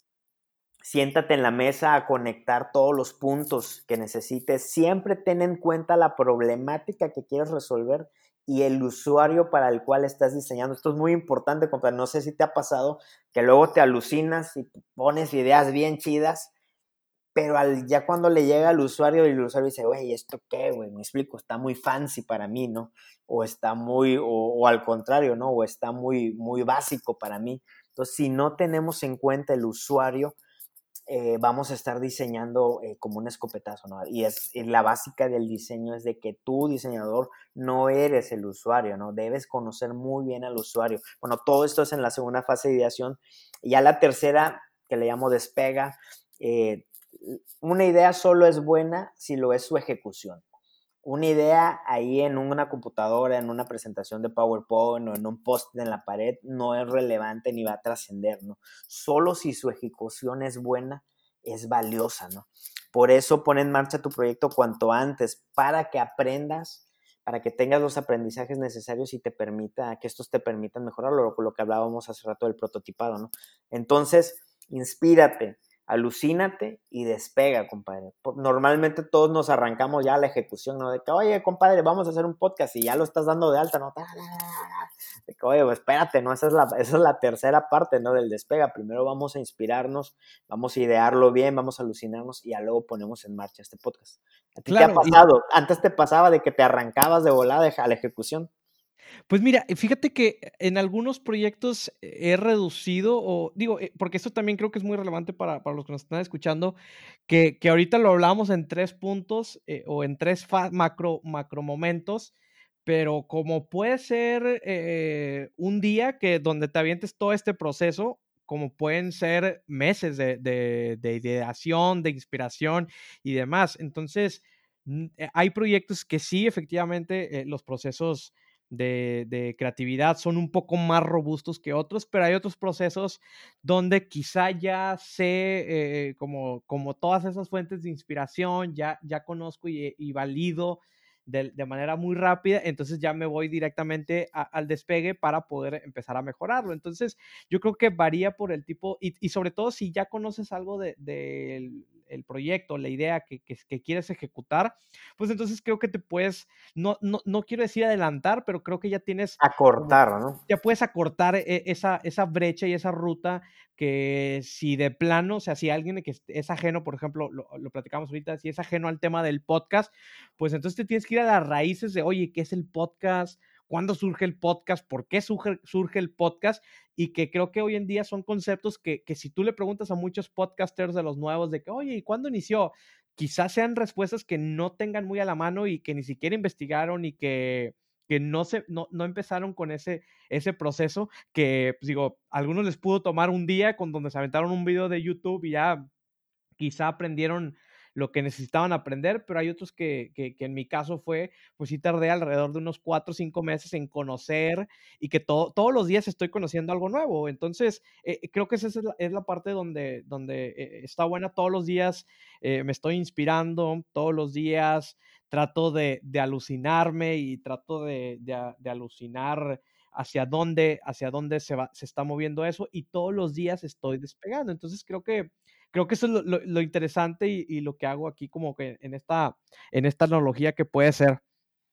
Siéntate en la mesa a conectar todos los puntos que necesites. Siempre ten en cuenta la problemática que quieres resolver y el usuario para el cual estás diseñando. Esto es muy importante, compadre. No sé si te ha pasado que luego te alucinas y pones ideas bien chidas, pero al, ya cuando le llega al usuario y el usuario dice, güey, ¿esto qué, güey? Me explico, está muy fancy para mí, ¿no? O está muy, o, o al contrario, ¿no? O está muy, muy básico para mí. Entonces, si no tenemos en cuenta el usuario, eh, vamos a estar diseñando eh, como un escopetazo, ¿no? Y es y la básica del diseño es de que tú, diseñador, no eres el usuario, ¿no? Debes conocer muy bien al usuario. Bueno, todo esto es en la segunda fase de ideación. Y ya la tercera, que le llamo despega, eh, una idea solo es buena si lo es su ejecución. Una idea ahí en una computadora, en una presentación de PowerPoint o en un post en la pared no es relevante ni va a trascender, ¿no? Solo si su ejecución es buena, es valiosa, ¿no? Por eso pon en marcha tu proyecto cuanto antes para que aprendas, para que tengas los aprendizajes necesarios y te permita, que estos te permitan mejorar lo, lo que hablábamos hace rato del prototipado, ¿no? Entonces, inspírate, alucínate y despega, compadre. Normalmente todos nos arrancamos ya a la ejecución, ¿no? De que, oye, compadre, vamos a hacer un podcast y ya lo estás dando de alta, ¿no? De que, oye, pues espérate, ¿no? Esa es, la, esa es la tercera parte, ¿no? Del despega. Primero vamos a inspirarnos, vamos a idearlo bien, vamos a alucinarnos y ya luego ponemos en marcha este podcast. ¿A ti te ha Claro, y pasado? ¿Antes te pasaba de que te arrancabas de volada a la ejecución? pues mira, fíjate que en algunos proyectos he reducido o digo, eh, porque esto también creo que es muy relevante para, para los que nos están escuchando, que, que ahorita lo hablamos en tres puntos eh, o en tres fa- macro, macro momentos, pero como puede ser eh, un día que donde te avientes todo este proceso, como pueden ser meses de, de, de ideación, de inspiración y demás. Entonces, mm, eh, hay proyectos que sí, efectivamente, eh, los procesos de, de creatividad son un poco más robustos que otros, pero hay otros procesos donde quizá ya sé, eh, como, como todas esas fuentes de inspiración, ya, ya conozco y, y valido de, de, manera muy rápida, entonces ya me voy directamente a, al despegue para poder empezar a mejorarlo. Entonces, yo creo que varía por el tipo, y, y sobre todo si ya conoces algo del de, de proyecto, la idea que, que, que, quieres ejecutar, pues entonces creo que te puedes, no, no, no quiero decir adelantar, pero creo que ya tienes como, Acortar, ¿no? ya puedes acortar esa, esa brecha y esa ruta que si de plano, o sea, si alguien que es ajeno, por ejemplo, lo, lo platicamos ahorita, si es ajeno al tema del podcast, pues entonces te tienes que ir a las raíces de, oye, ¿qué es el podcast? ¿Cuándo surge el podcast? ¿Por qué surge, surge el podcast? Y que creo que hoy en día son conceptos que, que si tú le preguntas a muchos podcasters de los nuevos de que, oye, ¿y cuándo inició? Quizás sean respuestas que no tengan muy a la mano y que ni siquiera investigaron y que, que no, se, no, no empezaron con ese, ese proceso que, pues digo, a algunos les pudo tomar un día con donde se aventaron un video de YouTube y ya quizá aprendieron lo que necesitaban aprender, pero hay otros que, que, que en mi caso fue, pues sí tardé alrededor de unos cuatro o cinco meses en conocer y que to, todos los días estoy conociendo algo nuevo. Entonces, eh, creo que esa es la, es la parte donde, donde eh, está buena. Todos los días eh, me estoy inspirando, todos los días trato de, de alucinarme y trato de, de, de alucinar hacia dónde, hacia dónde se, va, se está moviendo eso y todos los días estoy despegando. Entonces, creo que Creo que eso es lo, lo, lo interesante y, y, lo que hago aquí como que en esta, en esta analogía que puede ser.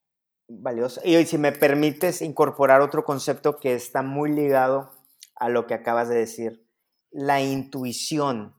Valioso. Y hoy, si me permites incorporar otro concepto que está muy ligado a lo que acabas de decir, la intuición.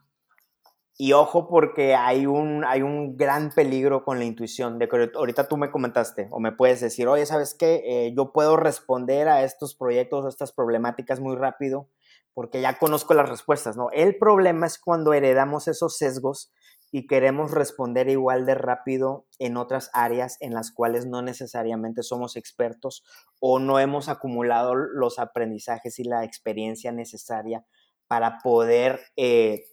Y ojo porque hay un, hay un gran peligro con la intuición. De que ahorita tú me comentaste o me puedes decir, oye, ¿sabes qué? Eh, yo puedo responder a estos proyectos, a estas problemáticas muy rápido porque ya conozco las respuestas, ¿no? El problema es cuando heredamos esos sesgos y queremos responder igual de rápido en otras áreas en las cuales no necesariamente somos expertos o no hemos acumulado los aprendizajes y la experiencia necesaria para poder eh,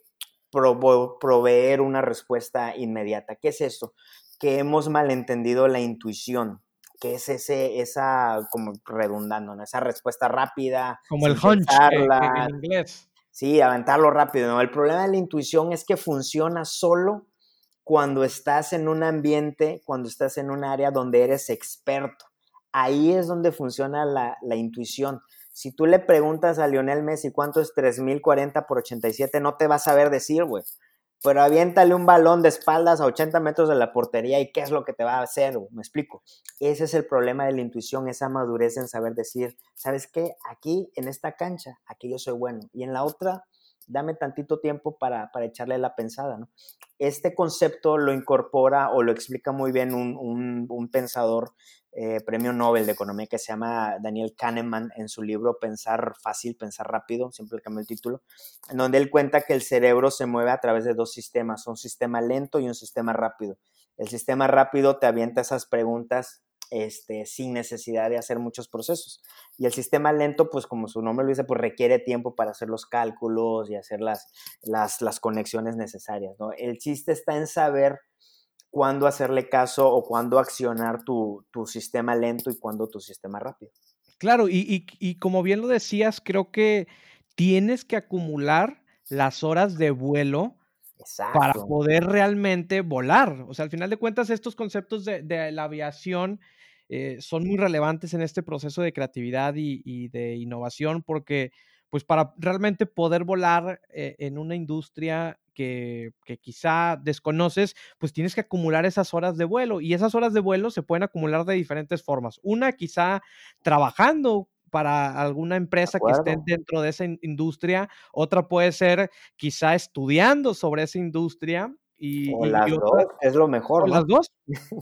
Pro, proveer una respuesta inmediata. ¿Qué es esto? Que hemos malentendido la intuición, que es ese, esa, como redundando, ¿no? Esa respuesta rápida, Como el sin hunch eh, en pensarla. inglés. Sí, aventarlo rápido, ¿no? El problema de la intuición es que funciona solo cuando estás en un ambiente, cuando estás en un área donde eres experto. Ahí es donde funciona la, la intuición. Si tú le preguntas a Lionel Messi cuánto es tres mil cuarenta por ochenta y siete, no te va a saber decir, güey. Pero aviéntale un balón de espaldas a ochenta metros de la portería y qué es lo que te va a hacer, güey. Me explico. Ese es el problema de la intuición, esa madurez en saber decir, ¿sabes qué? Aquí, en esta cancha, aquí yo soy bueno. Y en la otra, dame tantito tiempo para, para echarle la pensada, ¿no? Este concepto lo incorpora o lo explica muy bien un, un, un pensador eh, premio Nobel de Economía que se llama Daniel Kahneman en su libro Pensar fácil, pensar rápido, siempre le cambio el título, en donde él cuenta que el cerebro se mueve a través de dos sistemas, un sistema lento y un sistema rápido. El sistema rápido te avienta esas preguntas este, sin necesidad de hacer muchos procesos. Y el sistema lento, pues como su nombre lo dice, pues requiere tiempo para hacer los cálculos y hacer las, las, las conexiones necesarias, ¿no? El chiste está en saber cuándo hacerle caso o cuándo accionar tu, tu sistema lento y cuándo tu sistema rápido. Claro, y, y, y como bien lo decías, creo que tienes que acumular las horas de vuelo para Exacto. poder realmente volar. O sea, al final de cuentas, estos conceptos de, de la aviación eh, son muy relevantes en este proceso de creatividad y, y de innovación, porque pues para realmente poder volar eh, en una industria que, que quizá desconoces, pues tienes que acumular esas horas de vuelo y esas horas de vuelo se pueden acumular de diferentes formas. Una, quizá trabajando para alguna ¿De empresa que esté acuerdo? dentro de esa in- industria, otra puede ser quizá estudiando sobre esa industria O y, y, y las otra, dos, es lo o mejor, las ¿no? dos.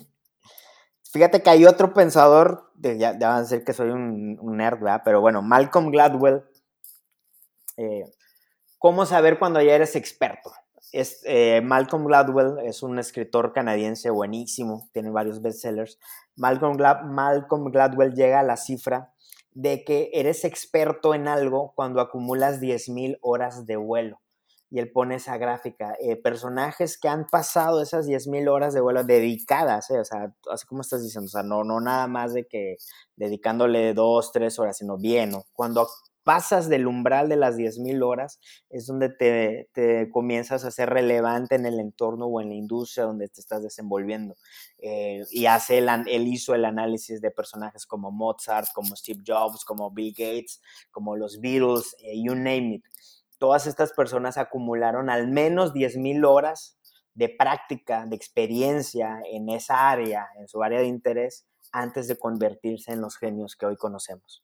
Fíjate que hay otro pensador, de, ya, ya van a decir que soy un, un nerd, ¿verdad? Pero bueno, Malcolm Gladwell, eh, ¿cómo saber cuando ya eres experto? es, eh, Malcolm Gladwell es un escritor canadiense buenísimo, tiene varios bestsellers. Malcolm, Gla- Malcolm Gladwell llega a la cifra de que eres experto en algo cuando acumulas diez mil horas de vuelo. Y él pone esa gráfica, eh, personajes que han pasado esas diez mil horas de vuelo dedicadas, eh, o sea, así como estás diciendo, o sea, no, no nada más de que dedicándole dos, tres horas, sino bien, ¿no? Cuando pasas del umbral de las diez mil horas, es donde te, te comienzas a ser relevante en el entorno o en la industria donde te estás desenvolviendo. Eh, y hace el, él hizo el análisis de personajes como Mozart, como Steve Jobs, como Bill Gates, como los Beatles, eh, you name it. Todas estas personas acumularon al menos diez mil horas de práctica, de experiencia en esa área, en su área de interés, antes de convertirse en los genios que hoy conocemos.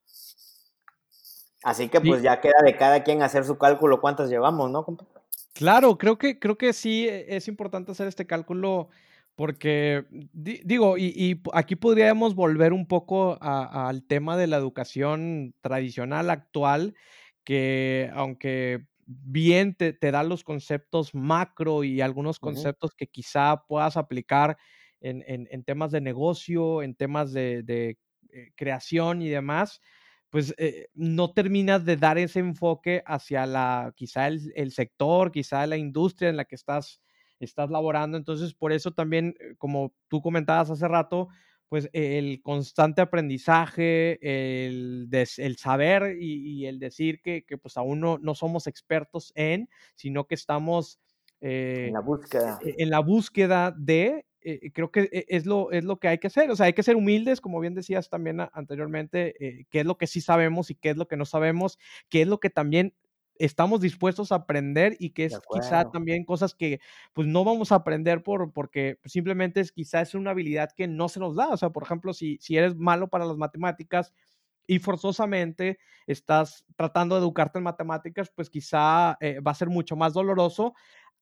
Así que pues Sí, ya queda de cada quien hacer su cálculo cuántas llevamos, ¿no, compa? claro, creo que creo que sí, e es importante hacer este cálculo porque, di digo, y y p aquí podríamos volver un poco a al tema de la educación tradicional actual, que aunque bien te te da los conceptos macro y algunos Uh-huh. conceptos que quizá puedas aplicar en en en temas de negocio, en temas de de, eh, creación y demás, pues, eh, no terminas de dar ese enfoque hacia la quizá el el sector, quizá la industria en la que estás estás laborando. Entonces, por eso también, eh, como tú comentabas hace rato, pues, e el constante aprendizaje, el des el saber y y el decir que que, pues, aún no no somos expertos en, sino que estamos, En eh, la búsqueda. e en la búsqueda de, eh, creo que e es lo es lo que hay que hacer. O sea, hay que ser humildes, como bien decías también a anteriormente, eh, qué es lo que sí sabemos y qué es lo que no sabemos, qué es lo que también estamos dispuestos a aprender y que De es quizá acuerdo. también cosas que, pues, no vamos a aprender por porque simplemente es quizá es una habilidad que no se nos da. O sea, por ejemplo, si si eres malo para las matemáticas y forzosamente estás tratando de educarte en matemáticas, pues quizá, eh, va a ser mucho más doloroso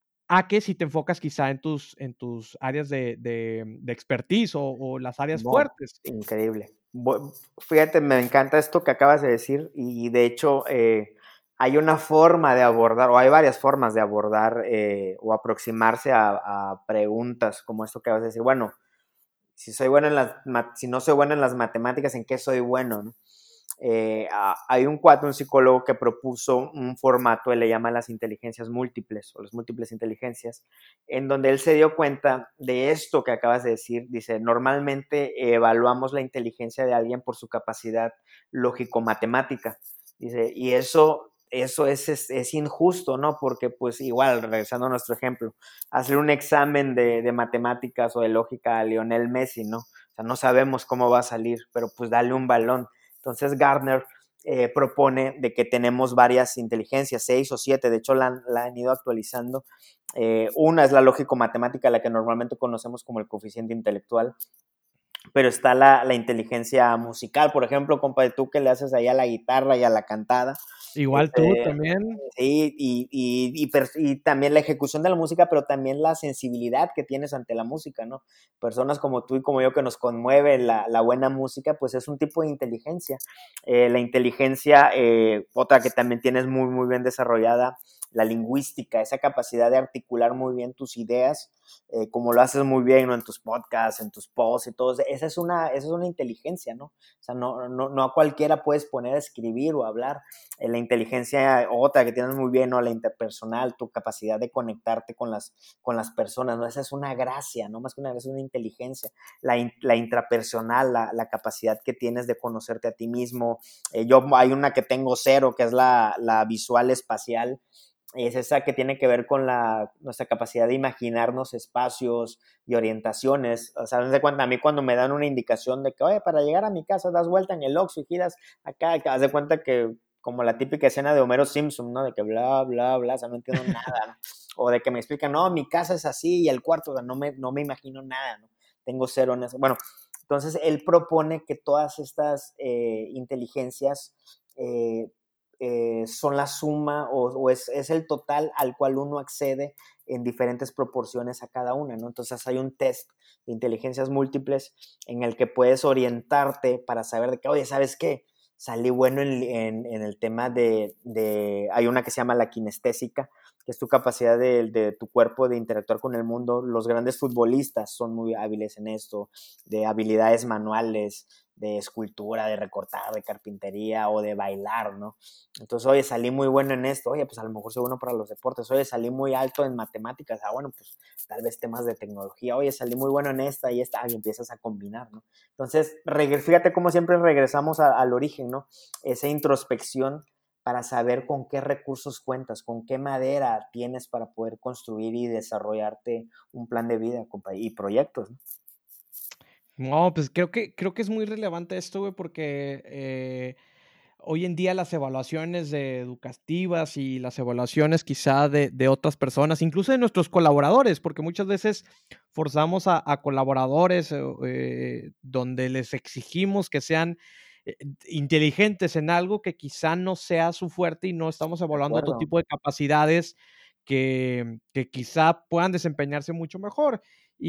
a que si te enfocas quizá en tus en tus áreas de de de expertise o o las áreas No, fuertes. increíble. Bu- Fíjate, me encanta esto que acabas de decir y de hecho eh, hay una forma de abordar, o hay varias formas de abordar eh, o aproximarse a, a preguntas como esto que acabas de decir. Bueno, si soy bueno en las, ma- si no soy bueno en las matemáticas, ¿en qué soy bueno, no? Eh, a- hay un cuate, un psicólogo que propuso un formato, él le llama las inteligencias múltiples o las múltiples inteligencias, en donde él se dio cuenta de esto que acabas de decir. Dice, normalmente evaluamos la inteligencia de alguien por su capacidad lógico-matemática. Dice, y eso, eso es, es, es injusto, ¿no? Porque pues igual, regresando a nuestro ejemplo, hacer un examen de, de matemáticas o de lógica a Lionel Messi, ¿no? O sea, no sabemos cómo va a salir, pero pues dale un balón. Entonces Gardner eh, propone de que tenemos varias inteligencias, seis o siete, de hecho la han, la han ido actualizando. Eh, una es la lógico-matemática, la que normalmente conocemos como el coeficiente intelectual, pero está la, la inteligencia musical, por ejemplo, compa, tú que le haces ahí a la guitarra y a la cantada. Igual tú Este, también. sí, y, y, y, y, también la ejecución de la música, pero también la sensibilidad que tienes ante la música, ¿no? Personas como tú y como yo que nos conmueve la, la buena música, pues es un tipo de inteligencia. Eh, la inteligencia, eh, otra que también tienes muy, muy bien desarrollada, la lingüística, esa capacidad de articular muy bien tus ideas, eh, como lo haces muy bien, ¿no? En tus podcasts, en tus posts y todo, esa es una, esa es una inteligencia, ¿no? O sea, no, no, no a cualquiera puedes poner a escribir o a hablar. Eh, la inteligencia, otra que tienes muy bien, ¿no? La interpersonal, tu capacidad de conectarte con las, con las personas, ¿no? Esa es una gracia, no más que una gracia, es una inteligencia. La, in, la intrapersonal, la, la capacidad que tienes de conocerte a ti mismo. Eh, yo hay una que tengo cero, que es la, la visual espacial. Es esa que tiene que ver con la, nuestra capacidad de imaginarnos espacios y orientaciones. O sea, de cuenta, a mí cuando me dan una indicación de que, oye, para llegar a mi casa das vuelta en el Oxxo y giras acá, haz de cuenta que como la típica escena de Homero Simpson, ¿no? De que bla, bla, bla, o sea, no entiendo nada, ¿no? O de que me explican, no, mi casa es así y el cuarto, o sea, no me, no me imagino nada, ¿no? Tengo cero en eso. Bueno, entonces él propone que todas estas eh, inteligencias eh, eh, son la suma o, o es, es, el total al cual uno accede en diferentes proporciones a cada una, ¿no? Entonces hay un test de inteligencias múltiples en el que puedes orientarte para saber de que, oye, ¿sabes qué? Salí bueno en, en, en el tema de, de, hay una que se llama la kinestésica, que es tu capacidad de, de tu cuerpo de interactuar con el mundo. Los grandes futbolistas son muy hábiles en esto, de habilidades manuales, de escultura, de recortar, de carpintería o de bailar, ¿no? Entonces, oye, salí muy bueno en esto, oye, pues a lo mejor soy bueno para los deportes, oye, salí muy alto en matemáticas, ah, bueno, pues tal vez temas de tecnología, oye, salí muy bueno en esta y esta, y empiezas a combinar, ¿no? Entonces, fíjate cómo siempre regresamos a, al origen, ¿no? Esa introspección para saber con qué recursos cuentas, con qué madera tienes para poder construir y desarrollarte un plan de vida y proyectos, ¿no? No, pues creo que, creo que es muy relevante esto, güey, porque eh, hoy en día las evaluaciones de educativas y las evaluaciones quizá de, de otras personas, incluso de nuestros colaboradores, porque muchas veces forzamos a, a colaboradores eh, eh, donde les exigimos que sean eh, inteligentes en algo que quizá no sea su fuerte y no estamos De evaluando otro acuerdo. tipo de capacidades que, que quizá puedan desempeñarse mucho mejor.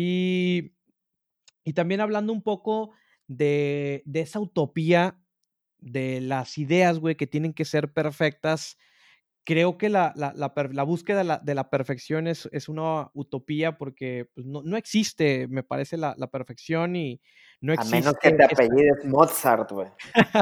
Y y también hablando un poco de de esa utopía de las ideas, güey, que tienen que ser perfectas. Creo que la la la per la búsqueda de la de la perfección es es una utopía porque, pues, no no existe, me parece, la la perfección y no A menos que existe te esa apellides Mozart, güey.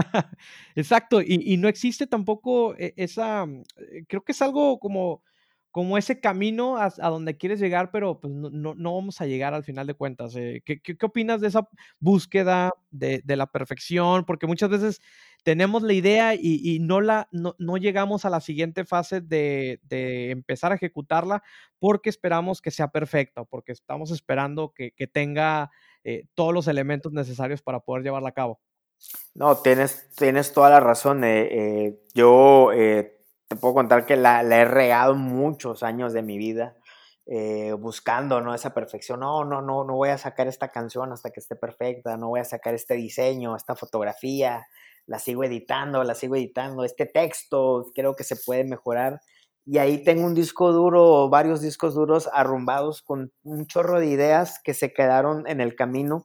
exacto, y y no existe tampoco e esa, mm, eh, creo que es algo como como ese camino as a donde quieres llegar, pero, pues, no no no vamos a llegar al final de cuentas, eh, ¿qué qué qué opinas de esa búsqueda de de la perfección? Porque muchas veces tenemos la idea y y no la no no llegamos a la siguiente fase de de empezar a ejecutarla, porque esperamos que sea perfecta, o porque estamos esperando que que tenga, eh, todos los elementos necesarios para poder llevarla a cabo. No, tienes, tienes toda la razón. eh, eh, yo eh, te puedo contar que la, la he regado muchos años de mi vida eh, buscando, ¿no? Esa perfección. No, no, no, no voy a sacar esta canción hasta que esté perfecta. No voy a sacar este diseño, esta fotografía. La sigo editando, la sigo editando. Este texto creo que se puede mejorar. Y ahí tengo un disco duro, varios discos duros arrumbados con un chorro de ideas que se quedaron en el camino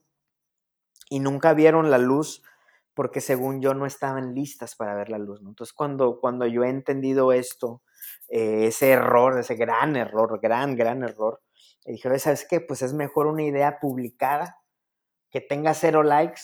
y nunca vieron la luz porque según yo no estaban listas para ver la luz, ¿no? Entonces cuando, cuando yo he entendido esto, eh, ese error, ese gran error, gran, gran error, y dije, ¿sabes qué? Pues es mejor una idea publicada que tenga cero likes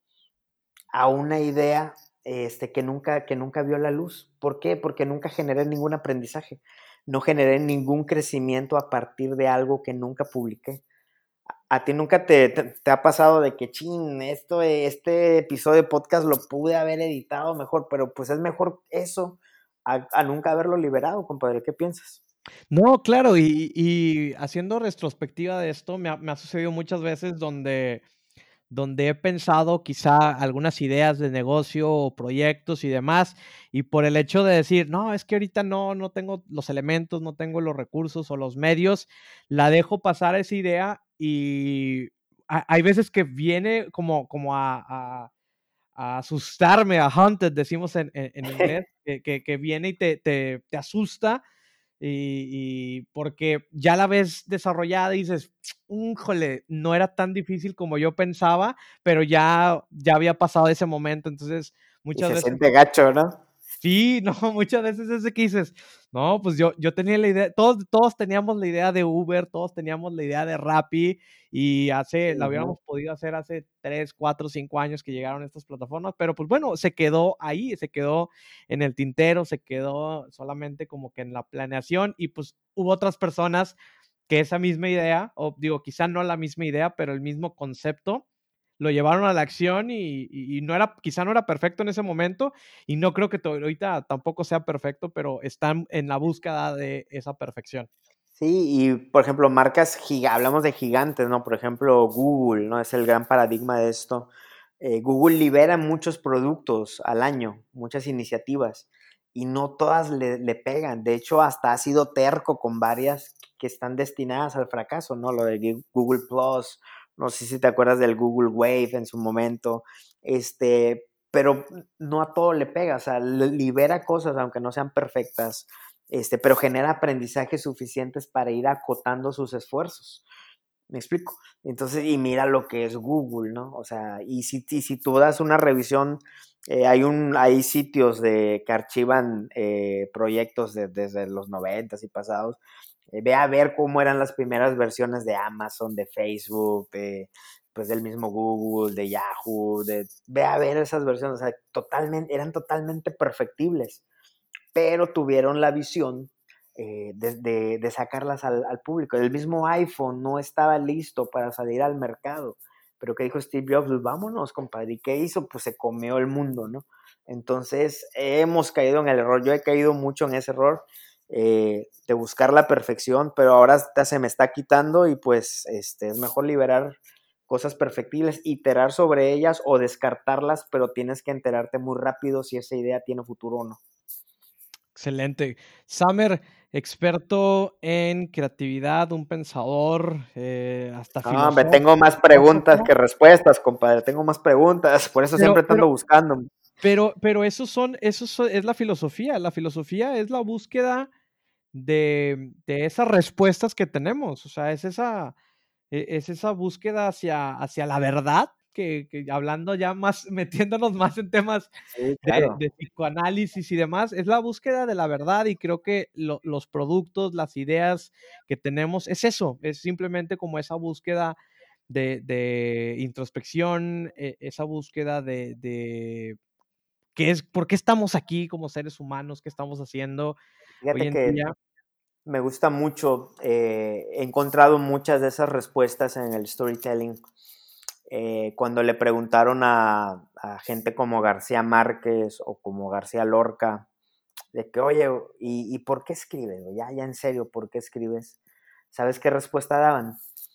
a una idea este, que, nunca, que nunca vio la luz. ¿Por qué? Porque nunca generé ningún aprendizaje, no generé ningún crecimiento a partir de algo que nunca publiqué. ¿A ti nunca te, te, te ha pasado de que, chin, esto, este episodio de podcast lo pude haber editado mejor, pero pues es mejor eso a, a nunca haberlo liberado, compadre? ¿Qué piensas? No, claro, y y haciendo retrospectiva de esto, me ha me ha sucedido muchas veces donde donde he pensado quizá algunas ideas de negocio o proyectos y demás, y por el hecho de decir: "No, es que ahorita no no tengo los elementos, no tengo los recursos o los medios", la dejo pasar esa idea y ha hay veces que viene como como a a a asustarme, a haunted, decimos en en en inglés, que que que viene y te te te asusta y, y porque ya la ves desarrollada y dices, híjole, no era tan difícil como yo pensaba, pero ya, ya había pasado ese momento. Entonces, Y muchas se veces siente gacho, ¿no? sí, no, muchas veces es de que dices, no, pues yo yo tenía la idea, todos todos teníamos la idea de Uber, todos teníamos la idea de Rappi, y hace la Ujú. hubiéramos podido hacer hace tres, cuatro, cinco años que llegaron estas plataformas, pero, pues, bueno, se quedó ahí, se quedó en el tintero, se quedó solamente como que en la planeación y, pues, hubo otras personas que esa misma idea, o digo, quizá no la misma idea, pero el mismo concepto, lo llevaron a la acción y y y no era quizá no era perfecto en ese momento, y no creo que to ahorita tampoco sea perfecto, pero están en la búsqueda de esa perfección. Sí, y por ejemplo, marcas giga hablamos de gigantes, ¿no? Por ejemplo, Google, ¿no? Es el gran paradigma de esto. Eh, Google libera muchos productos al año, muchas iniciativas, y no todas le, le pegan. De hecho, hasta ha sido terco con varias que están destinadas al fracaso, ¿no? Lo de Gu- Google Plus, no sé si te acuerdas del Google Wave en su momento, este, pero no a todo le pega, o sea, le- libera cosas aunque no sean perfectas, este, pero genera aprendizajes suficientes para ir acotando sus esfuerzos. ¿Me explico? Entonces, y mira lo que es Google, ¿no? O sea, y si, y si tú das una revisión Eh, hay, un, hay sitios de, que archivan eh, proyectos de, desde los noventas y pasados. Eh, ve a ver cómo eran las primeras versiones de Amazon, de Facebook, de, pues del mismo Google, de Yahoo. De, ve a ver esas versiones. O sea, totalmente, eran totalmente perfectibles, pero tuvieron la visión eh, de, de, de, sacarlas al, al público. El mismo iPhone no estaba listo para salir al mercado. Pero ¿qué dijo Steve Jobs? Pues vámonos, compadre. ¿Y qué hizo? Pues se comió el mundo, ¿no? Entonces, hemos caído en el error. Yo he caído mucho en ese error eh, de buscar la perfección, pero ahora hasta se me está quitando y pues este, es mejor liberar cosas perfectibles, iterar sobre ellas o descartarlas, pero tienes que enterarte muy rápido si esa idea tiene futuro o no. Excelente. Samer, experto en creatividad, un pensador, eh, hasta No, hombre, filósofo. tengo más preguntas que respuestas, compadre. Tengo más preguntas, por eso Pero, siempre te pero, ando buscando. pero, pero esos son, esos son- es la filosofía. La filosofía es la búsqueda de, de esas respuestas que tenemos. O sea, es esa, e- es esa búsqueda hacia, hacia la verdad, que, que hablando ya más, metiéndonos más en temas Sí, de, claro. de psicoanálisis y demás, es la búsqueda de la verdad y creo que lo- los productos, las ideas que tenemos, es eso, es simplemente como esa búsqueda de, de introspección, eh, esa búsqueda de, de qué es, por qué estamos aquí como seres humanos, qué estamos haciendo hoy Fíjate en que día. me gusta mucho, eh, he encontrado muchas de esas respuestas en el storytelling. Eh, cuando le preguntaron a, a gente como García Márquez o como García Lorca, de que, oye, ¿y, y por qué escribes? Ya, ya en serio, ¿por qué escribes? ¿Sabes qué respuesta daban?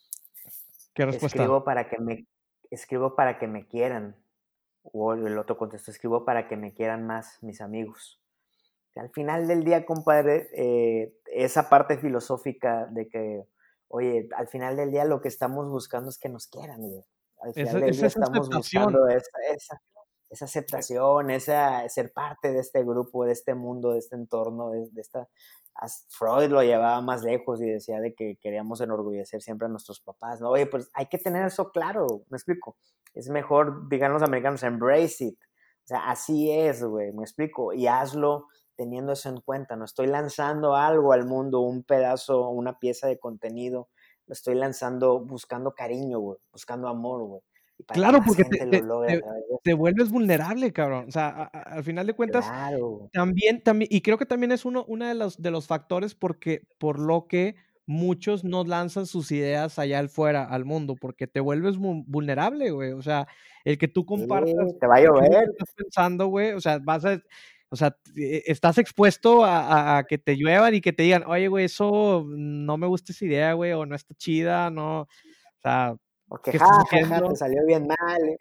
¿Qué respuesta? Escribo para que me, escribo para que me quieran. O el otro contestó, escribo para que me quieran más mis amigos. Que al final del día, compadre, eh, esa parte filosófica de que, oye, al final del día lo que estamos buscando es que nos quieran, güey. Al Es, final del es día esa estamos aceptación. buscando esa, esa, esa aceptación, esa, ser parte de este grupo, de este mundo, de este entorno, de, de esta... Freud lo llevaba más lejos y decía de que queríamos enorgullecer siempre a nuestros papás, ¿no? Oye, pues hay que tener eso claro, ¿me explico? Es mejor, digan los americanos, embrace it. O sea, así es, güey, me explico. Y hazlo teniendo eso en cuenta. No estoy lanzando algo al mundo, un pedazo, una pieza de contenido. Lo estoy lanzando buscando cariño, güey, buscando amor, güey. Y para que Claro, más porque te, gente lo te, logre a te, través de te eso. vuelves vulnerable, cabrón. O sea, a- a- al final de cuentas, Claro. también, también, y creo que también es uno, uno de los, de los factores porque, por lo que muchos no lanzan sus ideas allá al fuera, al mundo, porque te vuelves mu- vulnerable, güey. O sea, el que tú Sí, compartas te va a qué es lo que llover. estás pensando, güey. O sea, vas a, o sea, t- e- estás expuesto a, a- a que te lluevan y que te digan, oye, güey, eso no me gusta esa idea, güey, o no está chida, no. O sea, Porque ¿qué ja, estás ja, ja, te haciendo? salió bien mal. eh.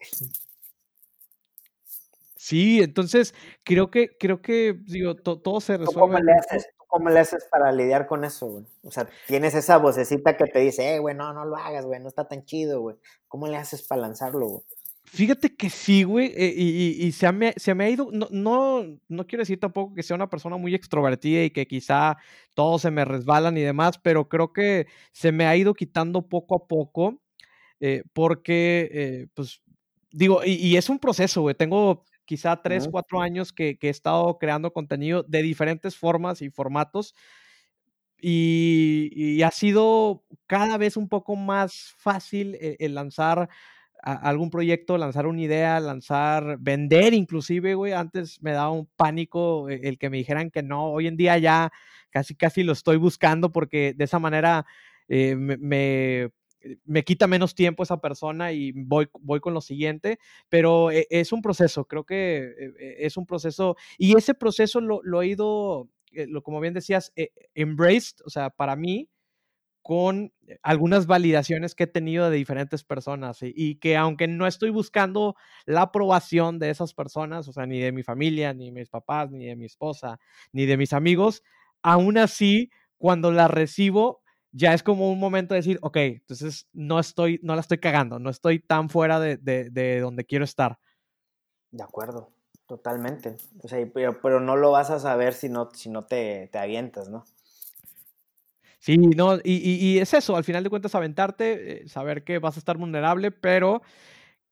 Sí, entonces creo que, creo que, digo, to- todo se ¿Tú cómo resuelve le en eso. haces? ¿Tú cómo le haces para lidiar con eso, güey? O sea, tienes esa vocecita que te dice, eh, güey, no, no lo hagas, güey, no está tan chido, güey. ¿Cómo le haces para lanzarlo, güey? Fíjate que sí, güey, eh, y, y- y se, me, se me ha ido, no, no, no quiero decir tampoco que sea una persona muy extrovertida y que quizá todos se me resbalan y demás, pero creo que se me ha ido quitando poco a poco, eh, porque, eh, pues, digo, y, y es un proceso, güey, tengo quizá tres, Ujú. cuatro años que, que he estado creando contenido de diferentes formas y formatos, y, y ha sido cada vez un poco más fácil el, el lanzar a- algún proyecto, lanzar una idea, lanzar, vender inclusive, güey. Antes me daba un pánico eh, el que me dijeran que no. Hoy en día ya casi, casi lo estoy buscando porque de esa manera eh, me, me, me quita menos tiempo esa persona y voy, voy con lo siguiente. Pero eh, es un proceso, creo que eh, eh, es un proceso y ese proceso lo, lo he ido, eh, lo, como bien decías, eh, embraced, o sea, para mí con algunas validaciones que he tenido de diferentes personas y, y que aunque no estoy buscando la aprobación de esas personas, o sea, ni de mi familia, ni de mis papás, ni de mi esposa, ni de mis amigos, aún así, cuando la recibo, ya es como un momento de decir, ok, entonces no estoy, no la estoy cagando, no estoy tan fuera de, de, de donde quiero estar. De acuerdo, totalmente. O sea, y- pero, pero no lo vas a saber si no, si no te, te avientas, ¿no? Sí, no, y, y, y es eso, al final de cuentas, aventarte, eh, saber que vas a estar vulnerable, pero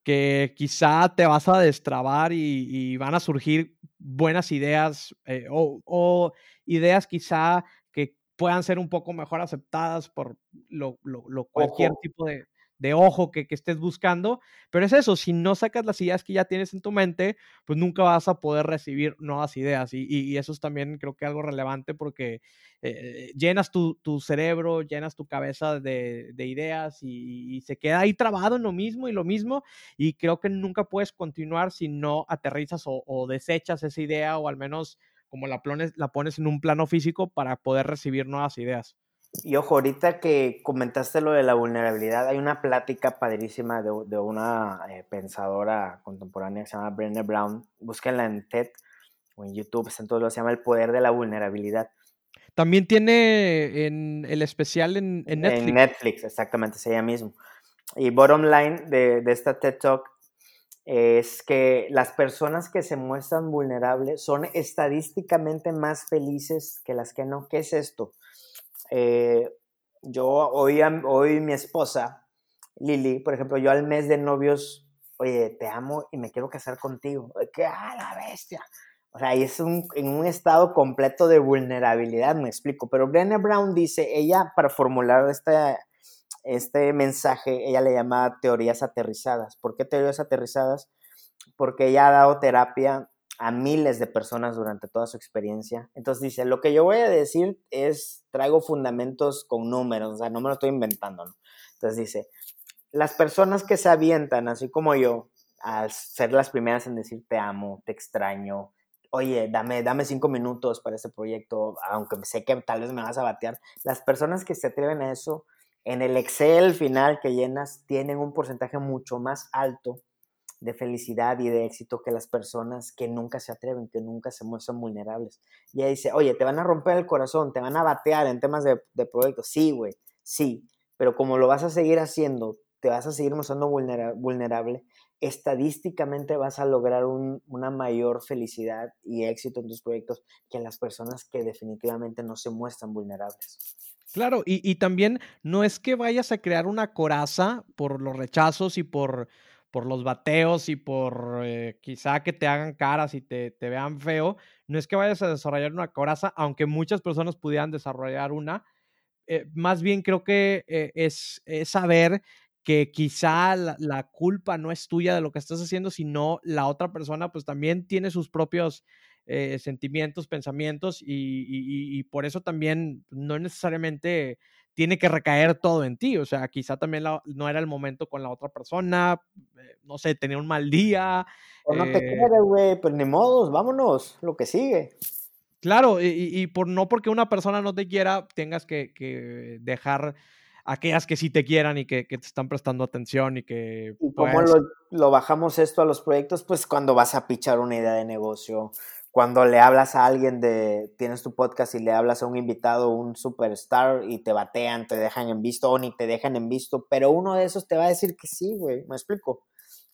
que quizá te vas a destrabar y, y van a surgir buenas ideas eh, o, o ideas quizá que puedan ser un poco mejor aceptadas por lo, lo, lo cualquier Ojo, tipo de, de ojo que, que estés buscando, pero es eso, si no sacas las ideas que ya tienes en tu mente, pues nunca vas a poder recibir nuevas ideas y, y, y eso es también creo que algo relevante porque eh, llenas tu, tu cerebro, llenas tu cabeza de, de ideas y, y se queda ahí trabado en lo mismo y lo mismo y creo que nunca puedes continuar si no aterrizas o, o desechas esa idea o al menos como la pones, la pones en un plano físico para poder recibir nuevas ideas. y ojo, ahorita que comentaste lo de la vulnerabilidad, hay una plática padrísima de, de una eh, pensadora contemporánea que se llama Brené Brown. Búsquenla en TED o en YouTube, está en todo lo que se llama El poder de la vulnerabilidad. También tiene en el especial en, en En Netflix. Netflix, exactamente, es ella mismo. Y bottom line de, de esta TED Talk es que las personas que se muestran vulnerables son estadísticamente más felices que las que no. ¿Qué es esto? Eh, yo hoy, hoy mi esposa, Lili, por ejemplo, yo al mes de novios, oye, te amo y me quiero casar contigo. ¡Qué a la bestia! O sea, y es un, en un estado completo de vulnerabilidad, me explico. Pero Brené Brown dice, ella para formular esta, este mensaje, ella le llama teorías aterrizadas. ¿Por qué teorías aterrizadas? Porque ella ha dado terapia a miles de personas durante toda su experiencia. Entonces dice, lo que yo voy a decir es, traigo fundamentos con números, o sea, no me lo estoy inventando, ¿no? Entonces dice, las personas que se avientan, así como yo, a ser las primeras en decir te amo, te extraño, oye, dame, dame cinco minutos para este proyecto, aunque sé que tal vez me vas a batear, las personas que se atreven a eso, en el Excel final que llenas, tienen un porcentaje mucho más alto de felicidad y de éxito que las personas que nunca se atreven, que nunca se muestran vulnerables. Y ella dice, oye, te van a romper el corazón, te van a batear en temas de, de proyectos. Sí, güey, sí, pero como lo vas a seguir haciendo, te vas a seguir mostrando vulnera vulnerable, estadísticamente vas a lograr un, una mayor felicidad y éxito en tus proyectos que las personas que definitivamente no se muestran vulnerables. Claro, y, y también no es que vayas a crear una coraza por los rechazos y por, por los bateos y por eh, quizá que te hagan caras y te, te vean feo. No es que vayas a desarrollar una coraza, aunque muchas personas pudieran desarrollar una. Eh, más bien creo que eh, es, es saber que quizá la, la culpa no es tuya de lo que estás haciendo, sino la otra persona pues también tiene sus propios eh, sentimientos, pensamientos y, y, y, por eso también no necesariamente tiene que recaer todo en ti, o sea, quizá también la, no era el momento con la otra persona, eh, no sé, tenía un mal día. O no te Eh, quiere, güey, pues ni modos, vámonos, lo que sigue. Claro, y, y por no porque una persona no te quiera, tengas que, que dejar a aquellas que sí te quieran y que, que te están prestando atención y que ¿Y cómo pues lo, lo bajamos esto a los proyectos? Pues cuando vas a pichar una idea de negocio, cuando le hablas a alguien de, tienes tu podcast y le hablas a un invitado, un superstar y te batean, te dejan en visto o ni te dejan en visto, pero uno de esos te va a decir que sí, güey, me explico.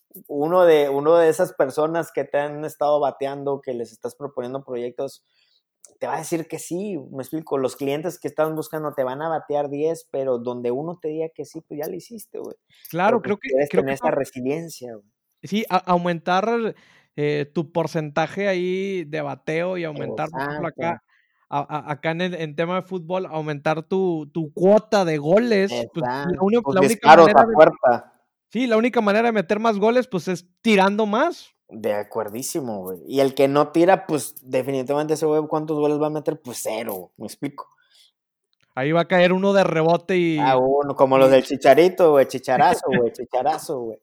Uno de, uno de esas personas que te han estado bateando, que les estás proponiendo proyectos, te va a decir que sí, me explico. Los clientes que están buscando te van a batear diez, pero donde uno te diga que sí, pues ya lo hiciste, güey. Pero claro, pues creo que, quieres creo tener que esa eso, resiliencia, güey. sí, a- aumentar eh, tu porcentaje ahí de bateo y aumentar, por ejemplo, acá, Exacto, a- a- acá en, el, en tema de fútbol, aumentar tu, tu cuota de goles, pues la, exacto. uni- Tus la única disparos manera a de, puerta. sí, la única manera de meter más goles, pues es tirando más. De acuerdísimo, güey. Y el que no tira, pues definitivamente ese güey, ¿cuántos goles va a meter? Pues cero, me explico. Ahí va a caer uno de rebote Ah, y, uno, como los y del Chicharito, güey, chicharazo, güey, chicharazo, güey.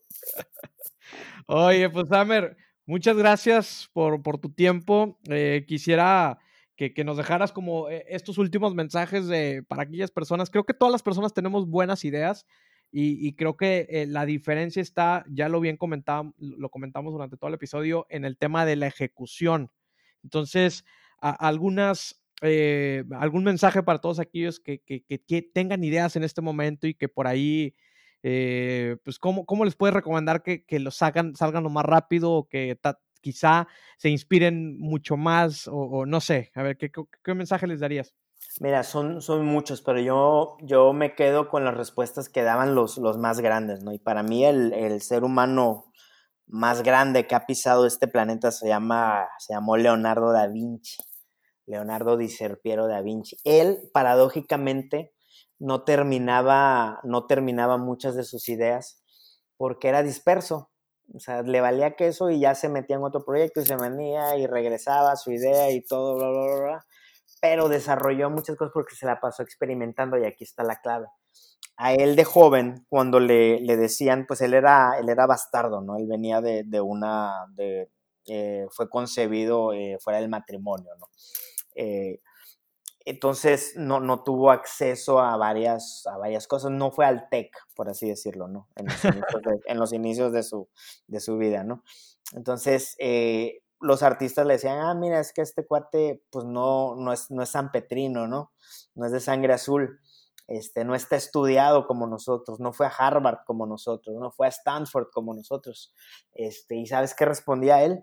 oye, pues Amer, muchas gracias por, por tu tiempo. Eh, quisiera que, que nos dejaras como eh, estos últimos mensajes de, para aquellas personas. Creo que todas las personas tenemos buenas ideas y, y creo que eh, la diferencia está, ya lo bien comentamos, lo comentamos durante todo el episodio, en el tema de la ejecución. Entonces, a, algunas, eh, algún mensaje para todos aquellos que, que, que, que tengan ideas en este momento y que por ahí eh, pues ¿cómo, cómo les puedes recomendar que, que los salgan, salgan lo más rápido o que ta, quizá se inspiren mucho más o, o no sé, a ver, ¿qué, qué, qué mensaje les darías? Mira, son, son muchos, pero yo, yo me quedo con las respuestas que daban los, los más grandes, ¿no? Y para mí el, el ser humano más grande que ha pisado este planeta se llama, se llamó Leonardo da Vinci, Leonardo di Serpiero da Vinci. Él, paradójicamente, no terminaba, no terminaba muchas de sus ideas porque era disperso. O sea, le valía queso y ya se metía en otro proyecto y se venía y regresaba a su idea y todo, bla, bla, bla, bla. Pero desarrolló muchas cosas porque se la pasó experimentando y aquí está la clave. A él de joven, cuando le, le decían, pues él era, él era bastardo, ¿no? Él venía de, de una, de, eh, fue concebido eh, fuera del matrimonio, ¿no? Eh, entonces no, no tuvo acceso a varias, a varias cosas, no fue al TEC, por así decirlo, ¿no? En los inicios de, en los inicios de, su, de su vida, ¿no? Entonces, eh, los artistas le decían, ah, mira, es que este cuate, pues no, no, es, no es sanpetrino, ¿no? No es de sangre azul. Este, no está estudiado como nosotros, no fue a Harvard como nosotros, no fue a Stanford como nosotros. Este, ¿y sabes qué respondía él?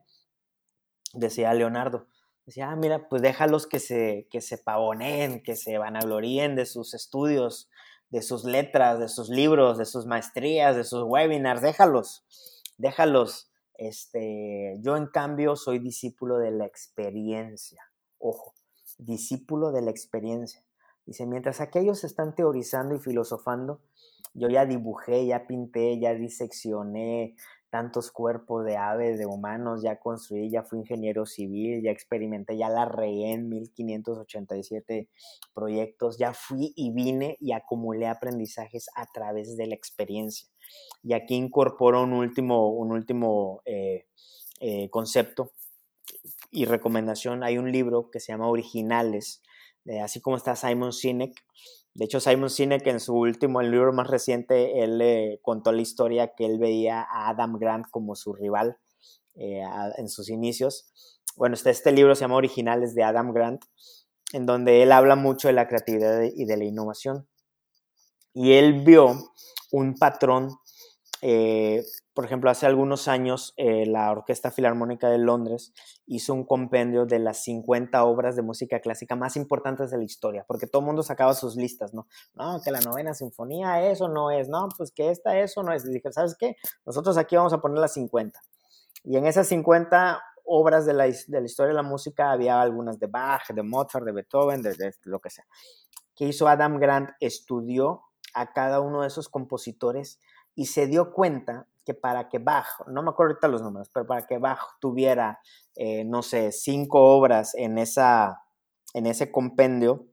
Decía Leonardo, decía, ah, mira, pues déjalos que se, que se pavoneen, que se vanagloríen de sus estudios, de sus letras, de sus libros, de sus maestrías, de sus webinars, déjalos, déjalos. Este, yo en cambio soy discípulo de la experiencia, ojo, discípulo de la experiencia. Dice, mientras aquellos están teorizando y filosofando, yo ya dibujé, ya pinté, ya diseccioné tantos cuerpos de aves, de humanos, ya construí, ya fui ingeniero civil, ya experimenté, ya la regué en mil quinientos ochenta y siete proyectos, ya fui y vine y acumulé aprendizajes a través de la experiencia. Y aquí incorporo un último, un último eh, eh, concepto y recomendación. Hay un libro que se llama Originales, de, así como está Simon Sinek. De hecho, Simon Sinek en su último, el libro más reciente, él eh, contó la historia que él veía a Adam Grant como su rival eh, a, en sus inicios. Bueno, está este libro, se llama Originales, de Adam Grant, en donde él habla mucho de la creatividad y de la innovación. Y él vio un patrón, eh, por ejemplo, hace algunos años eh, la Orquesta Filarmónica de Londres hizo un compendio de las cincuenta obras de música clásica más importantes de la historia, porque todo el mundo sacaba sus listas, ¿no? No, que la novena sinfonía eso no es, no, pues que esta eso no es. Y dije, ¿sabes qué? Nosotros aquí vamos a poner las cincuenta. Y en esas cincuenta obras de la, de la historia de la música había algunas de Bach, de Mozart, de Beethoven, de, de lo que sea. ¿Qué hizo Adam Grant? Estudió a cada uno de esos compositores y se dio cuenta que para que Bach, no me acuerdo ahorita los números, pero para que Bach tuviera, eh, no sé, cinco obras en, esa, en ese compendio,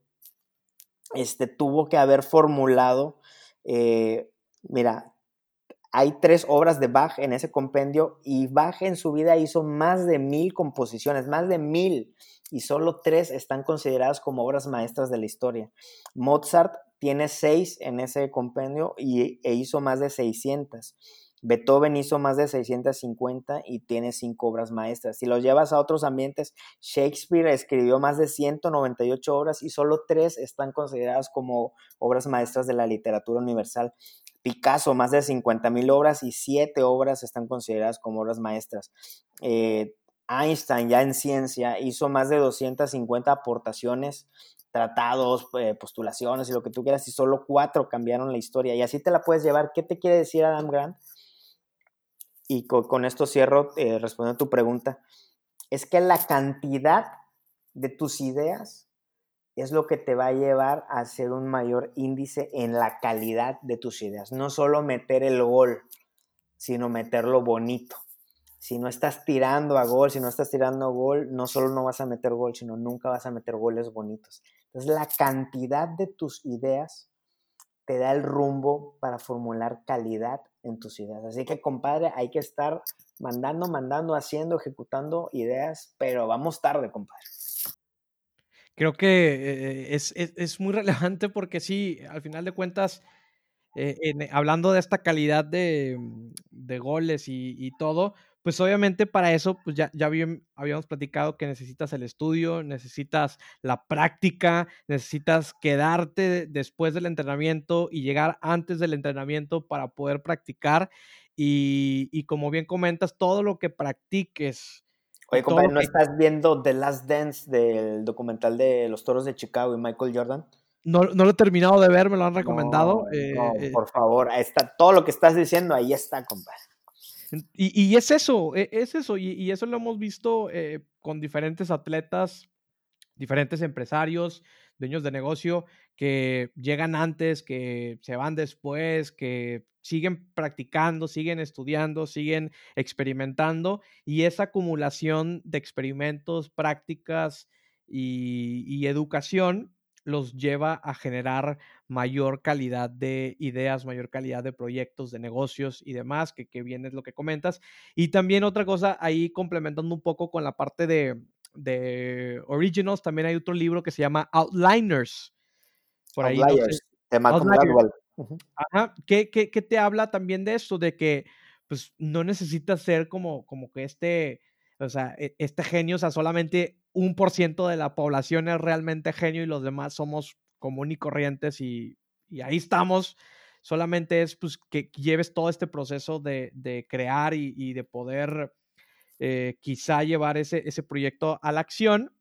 este, tuvo que haber formulado, eh, mira, hay tres obras de Bach en ese compendio y Bach en su vida hizo más de mil composiciones, más de mil, y solo tres están consideradas como obras maestras de la historia. Mozart tiene seis en ese compendio y, e hizo más de seiscientas. Beethoven hizo más de seiscientas cincuenta y tiene cinco obras maestras. Si los llevas a otros ambientes, Shakespeare escribió más de ciento noventa y ocho obras y solo tres están consideradas como obras maestras de la literatura universal. Picasso, más de cincuenta mil obras y siete obras están consideradas como obras maestras. Eh, Einstein, ya en ciencia, hizo más de doscientas cincuenta aportaciones, tratados, eh, postulaciones y lo que tú quieras, y solo cuatro cambiaron la historia. Y así te la puedes llevar. ¿Qué te quiere decir Adam Grant? Y con, con esto cierro eh, respondiendo a tu pregunta. Es que la cantidad de tus ideas es lo que te va a llevar a hacer un mayor índice en la calidad de tus ideas. No solo meter el gol, sino meterlo bonito. Si no estás tirando a gol, si no estás tirando a gol, no solo no vas a meter gol, sino nunca vas a meter goles bonitos. Entonces, la cantidad de tus ideas te da el rumbo para formular calidad en tus ideas. Así que, compadre, hay que estar mandando, mandando, haciendo, ejecutando ideas, pero vamos tarde, compadre. Creo que eh, es, es, es muy relevante porque sí, al final de cuentas, eh, en, hablando de esta calidad de, de goles y, y todo, pues obviamente para eso, pues ya, ya bien, habíamos platicado que necesitas el estudio, necesitas la práctica, necesitas quedarte después del entrenamiento y llegar antes del entrenamiento para poder practicar. Y, y como bien comentas, todo lo que practiques y Oye, todo compadre, lo ¿no que... estás viendo The Last Dance del documental de los Toros de Chicago y Michael Jordan? No, no lo he terminado de ver, me lo han recomendado. No, Eh, no, eh, por favor, ahí está todo lo que estás diciendo, ahí está, compadre. Y, y es eso, e- es eso, y, y eso lo hemos visto eh, con diferentes atletas, diferentes empresarios, dueños de negocio que llegan antes, que se van después, que siguen practicando, siguen estudiando, siguen experimentando y esa acumulación de experimentos, prácticas y, y educación los lleva a generar mayor calidad de ideas, mayor calidad de proyectos, de negocios y demás, que, que bien es lo que comentas. Y también otra cosa, ahí complementando un poco con la parte de, de Originals, también hay otro libro que se llama Outliners. Por ahí no sé. Outliers, de Malcolm Outliers. Gladwell. Ujú. Ajá. ¿Qué, qué, qué te habla también de esto? De que pues no necesitas ser como, como que este, o sea, e- este genio, o sea, solamente un por ciento de la población es realmente genio y los demás somos común y corrientes y, y ahí estamos. Solamente es pues que lleves todo este proceso de, de crear y, y de poder eh, quizá llevar ese, ese proyecto a la acción.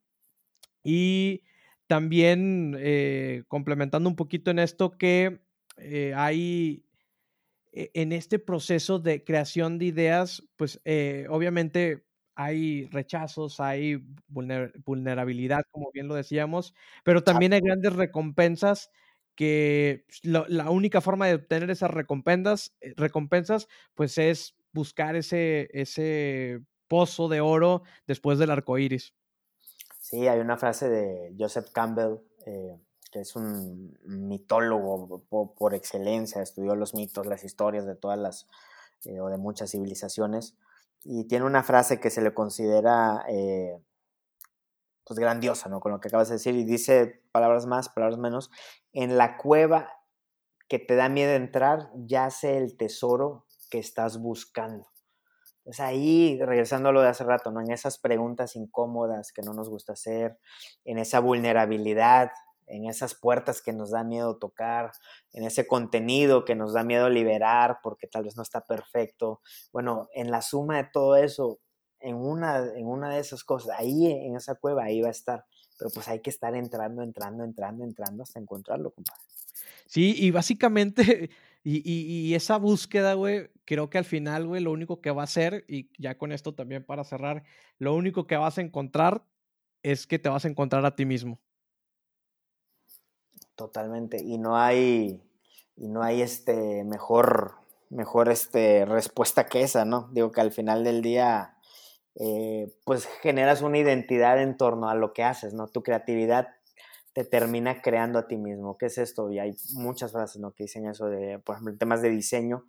Y también eh, complementando un poquito en esto que eh, hay e- en este proceso de creación de ideas, pues eh, obviamente hay rechazos, hay vulner- vulnerabilidad, como bien lo decíamos, pero también hay grandes recompensas que pues, lo- la única forma de obtener esas recompensas, eh, recompensas, pues es buscar ese, ese pozo de oro después del arco iris. Sí, hay una frase de Joseph Campbell, eh, que es un mitólogo por, por, excelencia, estudió los mitos, las historias de todas las, eh, o de muchas civilizaciones, y tiene una frase que se le considera eh, pues grandiosa, ¿no? Con lo que acabas de decir, y dice palabras más, palabras menos, en la cueva que te da miedo entrar, yace el tesoro que estás buscando. Entonces ahí, regresando a lo de hace rato, ¿no? En esas preguntas incómodas que no nos gusta hacer, en esa vulnerabilidad, en esas puertas que nos da miedo tocar, en ese contenido que nos da miedo liberar porque tal vez no está perfecto. Bueno, en la suma de todo eso, en una, en una de esas cosas, ahí en esa cueva, ahí va a estar. Pero pues hay que estar entrando, entrando, entrando, entrando hasta encontrarlo, compadre. Sí, y básicamente, y, y, y esa búsqueda, güey, creo que al final, güey, lo único que va a hacer, y ya con esto también para cerrar, lo único que vas a encontrar es que te vas a encontrar a ti mismo. Totalmente. Y no hay, y no hay este mejor, mejor este respuesta que esa, ¿no? Digo que al final del día, eh, pues generas una identidad en torno a lo que haces, ¿no? Tu creatividad te termina creando a ti mismo. ¿Qué es esto? Y hay muchas frases, ¿no? Que dicen eso de, por ejemplo, en temas de diseño.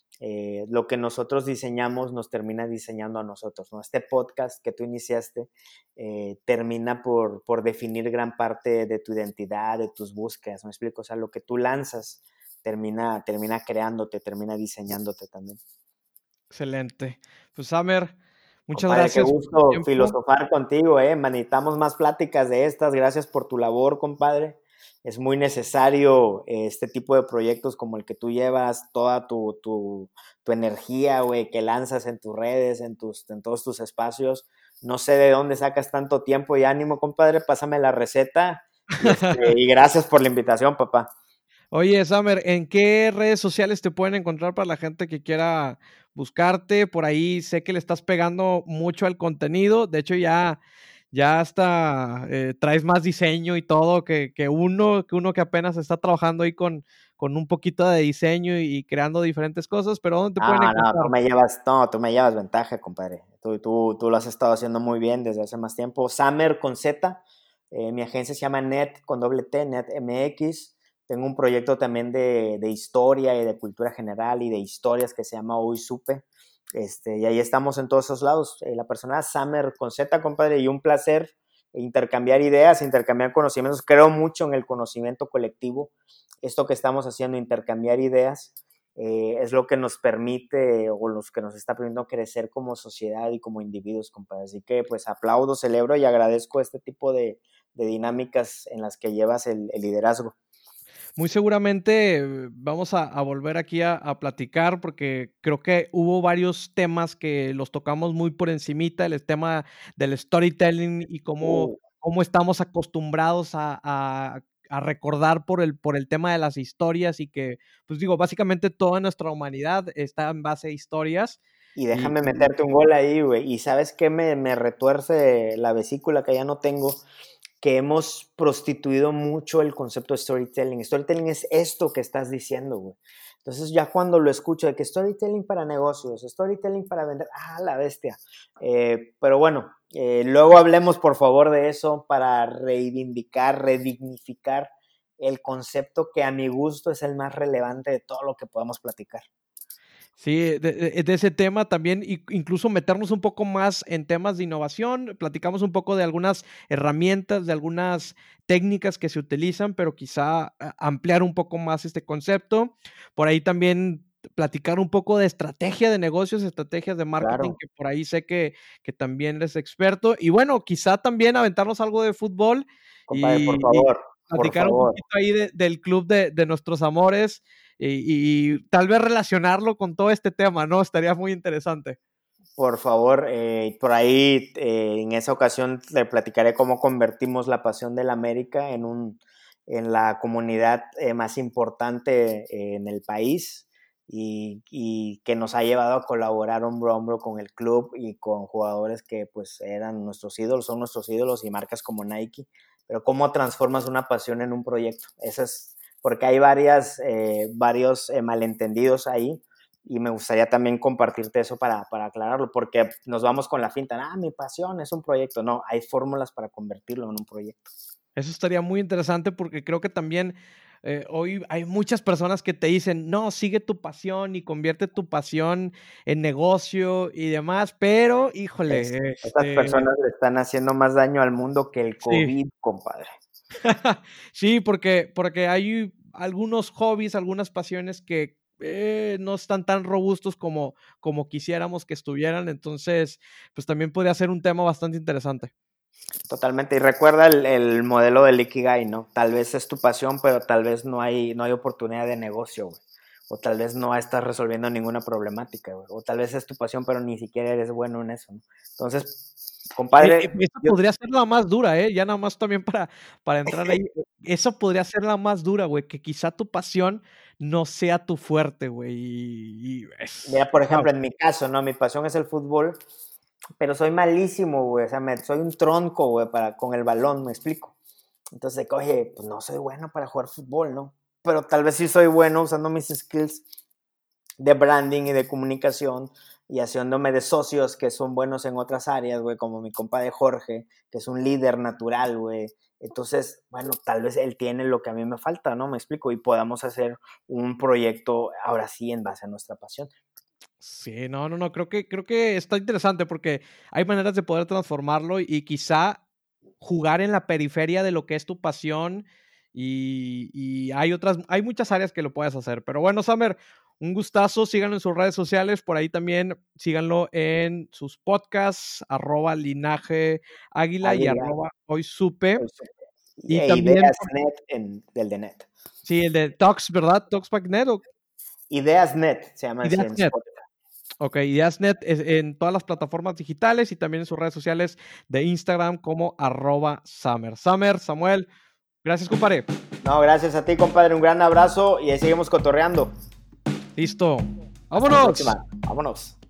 Eh, lo que nosotros diseñamos nos termina diseñando a nosotros, ¿no? Este podcast que tú iniciaste eh, termina por, por definir gran parte de tu identidad, de tus búsquedas, ¿me explico? O sea, lo que tú lanzas termina, termina creándote, termina diseñándote también. Excelente. Pues, Samer, muchas Compadre, qué gracias por tu gusto tiempo. filosofar contigo, ¿eh? Manitamos más pláticas de estas. Gracias por tu labor, compadre. Es muy necesario eh, este tipo de proyectos como el que tú llevas, toda tu, tu, tu energía, güey, que lanzas en tus redes, en, tus, en todos tus espacios. No sé de dónde sacas tanto tiempo y ánimo, compadre. Pásame la receta y, este, y gracias por la invitación, papá. Oye, Samer, ¿en qué redes sociales te pueden encontrar para la gente que quiera buscarte? Por ahí sé que le estás pegando mucho al contenido. De hecho, ya, ya hasta eh, traes más diseño y todo que, que uno, que uno que apenas está trabajando ahí con, con un poquito de diseño y, y creando diferentes cosas. Pero ¿dónde te pueden No, no, encontrar? tú me llevas, no, tú me llevas ventaja, compadre. Tú, tú, tú lo has estado haciendo muy bien desde hace más tiempo. Summer con Z, eh, mi agencia se llama Net con doble T, Net M X. Tengo un proyecto también de, de historia y de cultura general y de historias que se llama Hoy Supe. Este, y ahí estamos en todos esos lados. Eh, la persona Summer con Z, compadre, y un placer intercambiar ideas, intercambiar conocimientos. Creo mucho en el conocimiento colectivo. Esto que estamos haciendo, intercambiar ideas eh, es lo que nos permite o los que nos está permitiendo crecer como sociedad y como individuos, compadre. Así que pues aplaudo, celebro y agradezco este tipo de, de dinámicas en las que llevas el, el liderazgo. Muy seguramente eh, vamos a, a volver aquí a, a platicar porque creo que hubo varios temas que los tocamos muy por encimita, el tema del storytelling y cómo, Uh, cómo estamos acostumbrados a, a- a recordar por el, por el tema de las historias y que, pues digo, básicamente toda nuestra humanidad está en base a historias. Y Y, déjame y- meterte un gol ahí, güey. Y ¿sabes qué? Me, me retuerce la vesícula que ya no tengo, que hemos prostituido mucho el concepto de storytelling. Storytelling es esto que estás diciendo, güey. Entonces ya cuando lo escucho de que storytelling para negocios, storytelling para vender, ah, la bestia. Eh, pero bueno, eh, luego hablemos por favor de eso para reivindicar, redignificar el concepto que a mi gusto es el más relevante de todo lo que podamos platicar. Sí, de, de- de ese tema también, y- incluso meternos un poco más en temas de innovación. Platicamos un poco de algunas herramientas, de algunas técnicas que se utilizan, pero quizá a- ampliar un poco más este concepto. Por ahí también platicar un poco de estrategia de negocios, estrategias de marketing, Claro, que por ahí sé que, que también eres experto. Y bueno, quizá también aventarnos algo de fútbol compadre, por y, y favor, por platicar un favor. poquito ahí de- del club de, de nuestros amores y, y tal vez relacionarlo con todo este tema, ¿no? Estaría muy interesante. Por favor, eh, por ahí eh, en esa ocasión le platicaré cómo convertimos la pasión del América en, un, en la comunidad eh, más importante eh, en el país y, y que nos ha llevado a colaborar hombro a hombro con el club y con jugadores que pues eran nuestros ídolos, son nuestros ídolos y marcas como Nike, pero cómo transformas una pasión en un proyecto. Eso es porque hay varias, eh, varios eh, malentendidos ahí y me gustaría también compartirte eso para, para aclararlo, porque nos vamos con la finta, ah, mi pasión es un proyecto. No, hay fórmulas para convertirlo en un proyecto. Eso estaría muy interesante porque creo que también eh, hoy hay muchas personas que te dicen, no, sigue tu pasión y convierte tu pasión en negocio y demás, pero Es, híjole, estas este, personas le están haciendo más daño al mundo que el sí, COVID, compadre. sí, porque, porque hay algunos hobbies, algunas pasiones que eh, no están tan robustos como, como quisiéramos que estuvieran, entonces, pues también podría ser un tema bastante interesante. Totalmente. Y recuerda el, el modelo del Ikigai, ¿no? Tal vez es tu pasión, pero tal vez no hay, no hay oportunidad de negocio, güey. O tal vez no estás resolviendo ninguna problemática, güey. O tal vez es tu pasión, pero ni siquiera eres bueno en eso, ¿no? Entonces, Eh, eh, compadre, esa yo, podría ser la más dura, ¿eh? Ya nada más también para para entrar ahí, eh, eso podría ser la más dura, güey, que quizá tu pasión no sea tu fuerte, güey, y y es mira, por guau. ejemplo, en mi caso, ¿no? Mi pasión es el fútbol, pero soy malísimo, güey. O sea, me, soy un tronco, güey, para, con el balón, me explico. Entonces, oye, pues no soy bueno para jugar fútbol, ¿no? Pero tal vez sí soy bueno usando mis skills de branding y de comunicación y haciéndome de socios que son buenos en otras áreas, güey, como mi compadre Jorge, que es un líder natural, güey. Entonces, bueno, tal vez él tiene lo que a mí me falta, ¿no? Me explico, y podamos hacer un proyecto ahora sí en base a nuestra pasión. Sí, no, no, no, creo que creo que está interesante porque hay maneras de poder transformarlo y quizá jugar en la periferia de lo que es tu pasión y y hay otras hay muchas áreas que lo puedes hacer. Pero bueno, Samer, un gustazo, síganlo en sus redes sociales, por ahí también síganlo en sus podcasts, arroba linaje águila y Águila, arroba hoy supe. pues, Y e también, ideas net en, del de net. sí, el de Talks, ¿verdad? Talks.net o Ideas net se llama así en Ideasnet. Spotify. Ok, Ideasnet es en todas las plataformas digitales y también en sus redes sociales de Instagram como arroba Summer. Summer, Samuel, gracias, compadre. No, gracias a ti, compadre. Un gran abrazo y ahí seguimos cotorreando. Listo. Hasta la ¡Vámonos! próxima. Vámonos.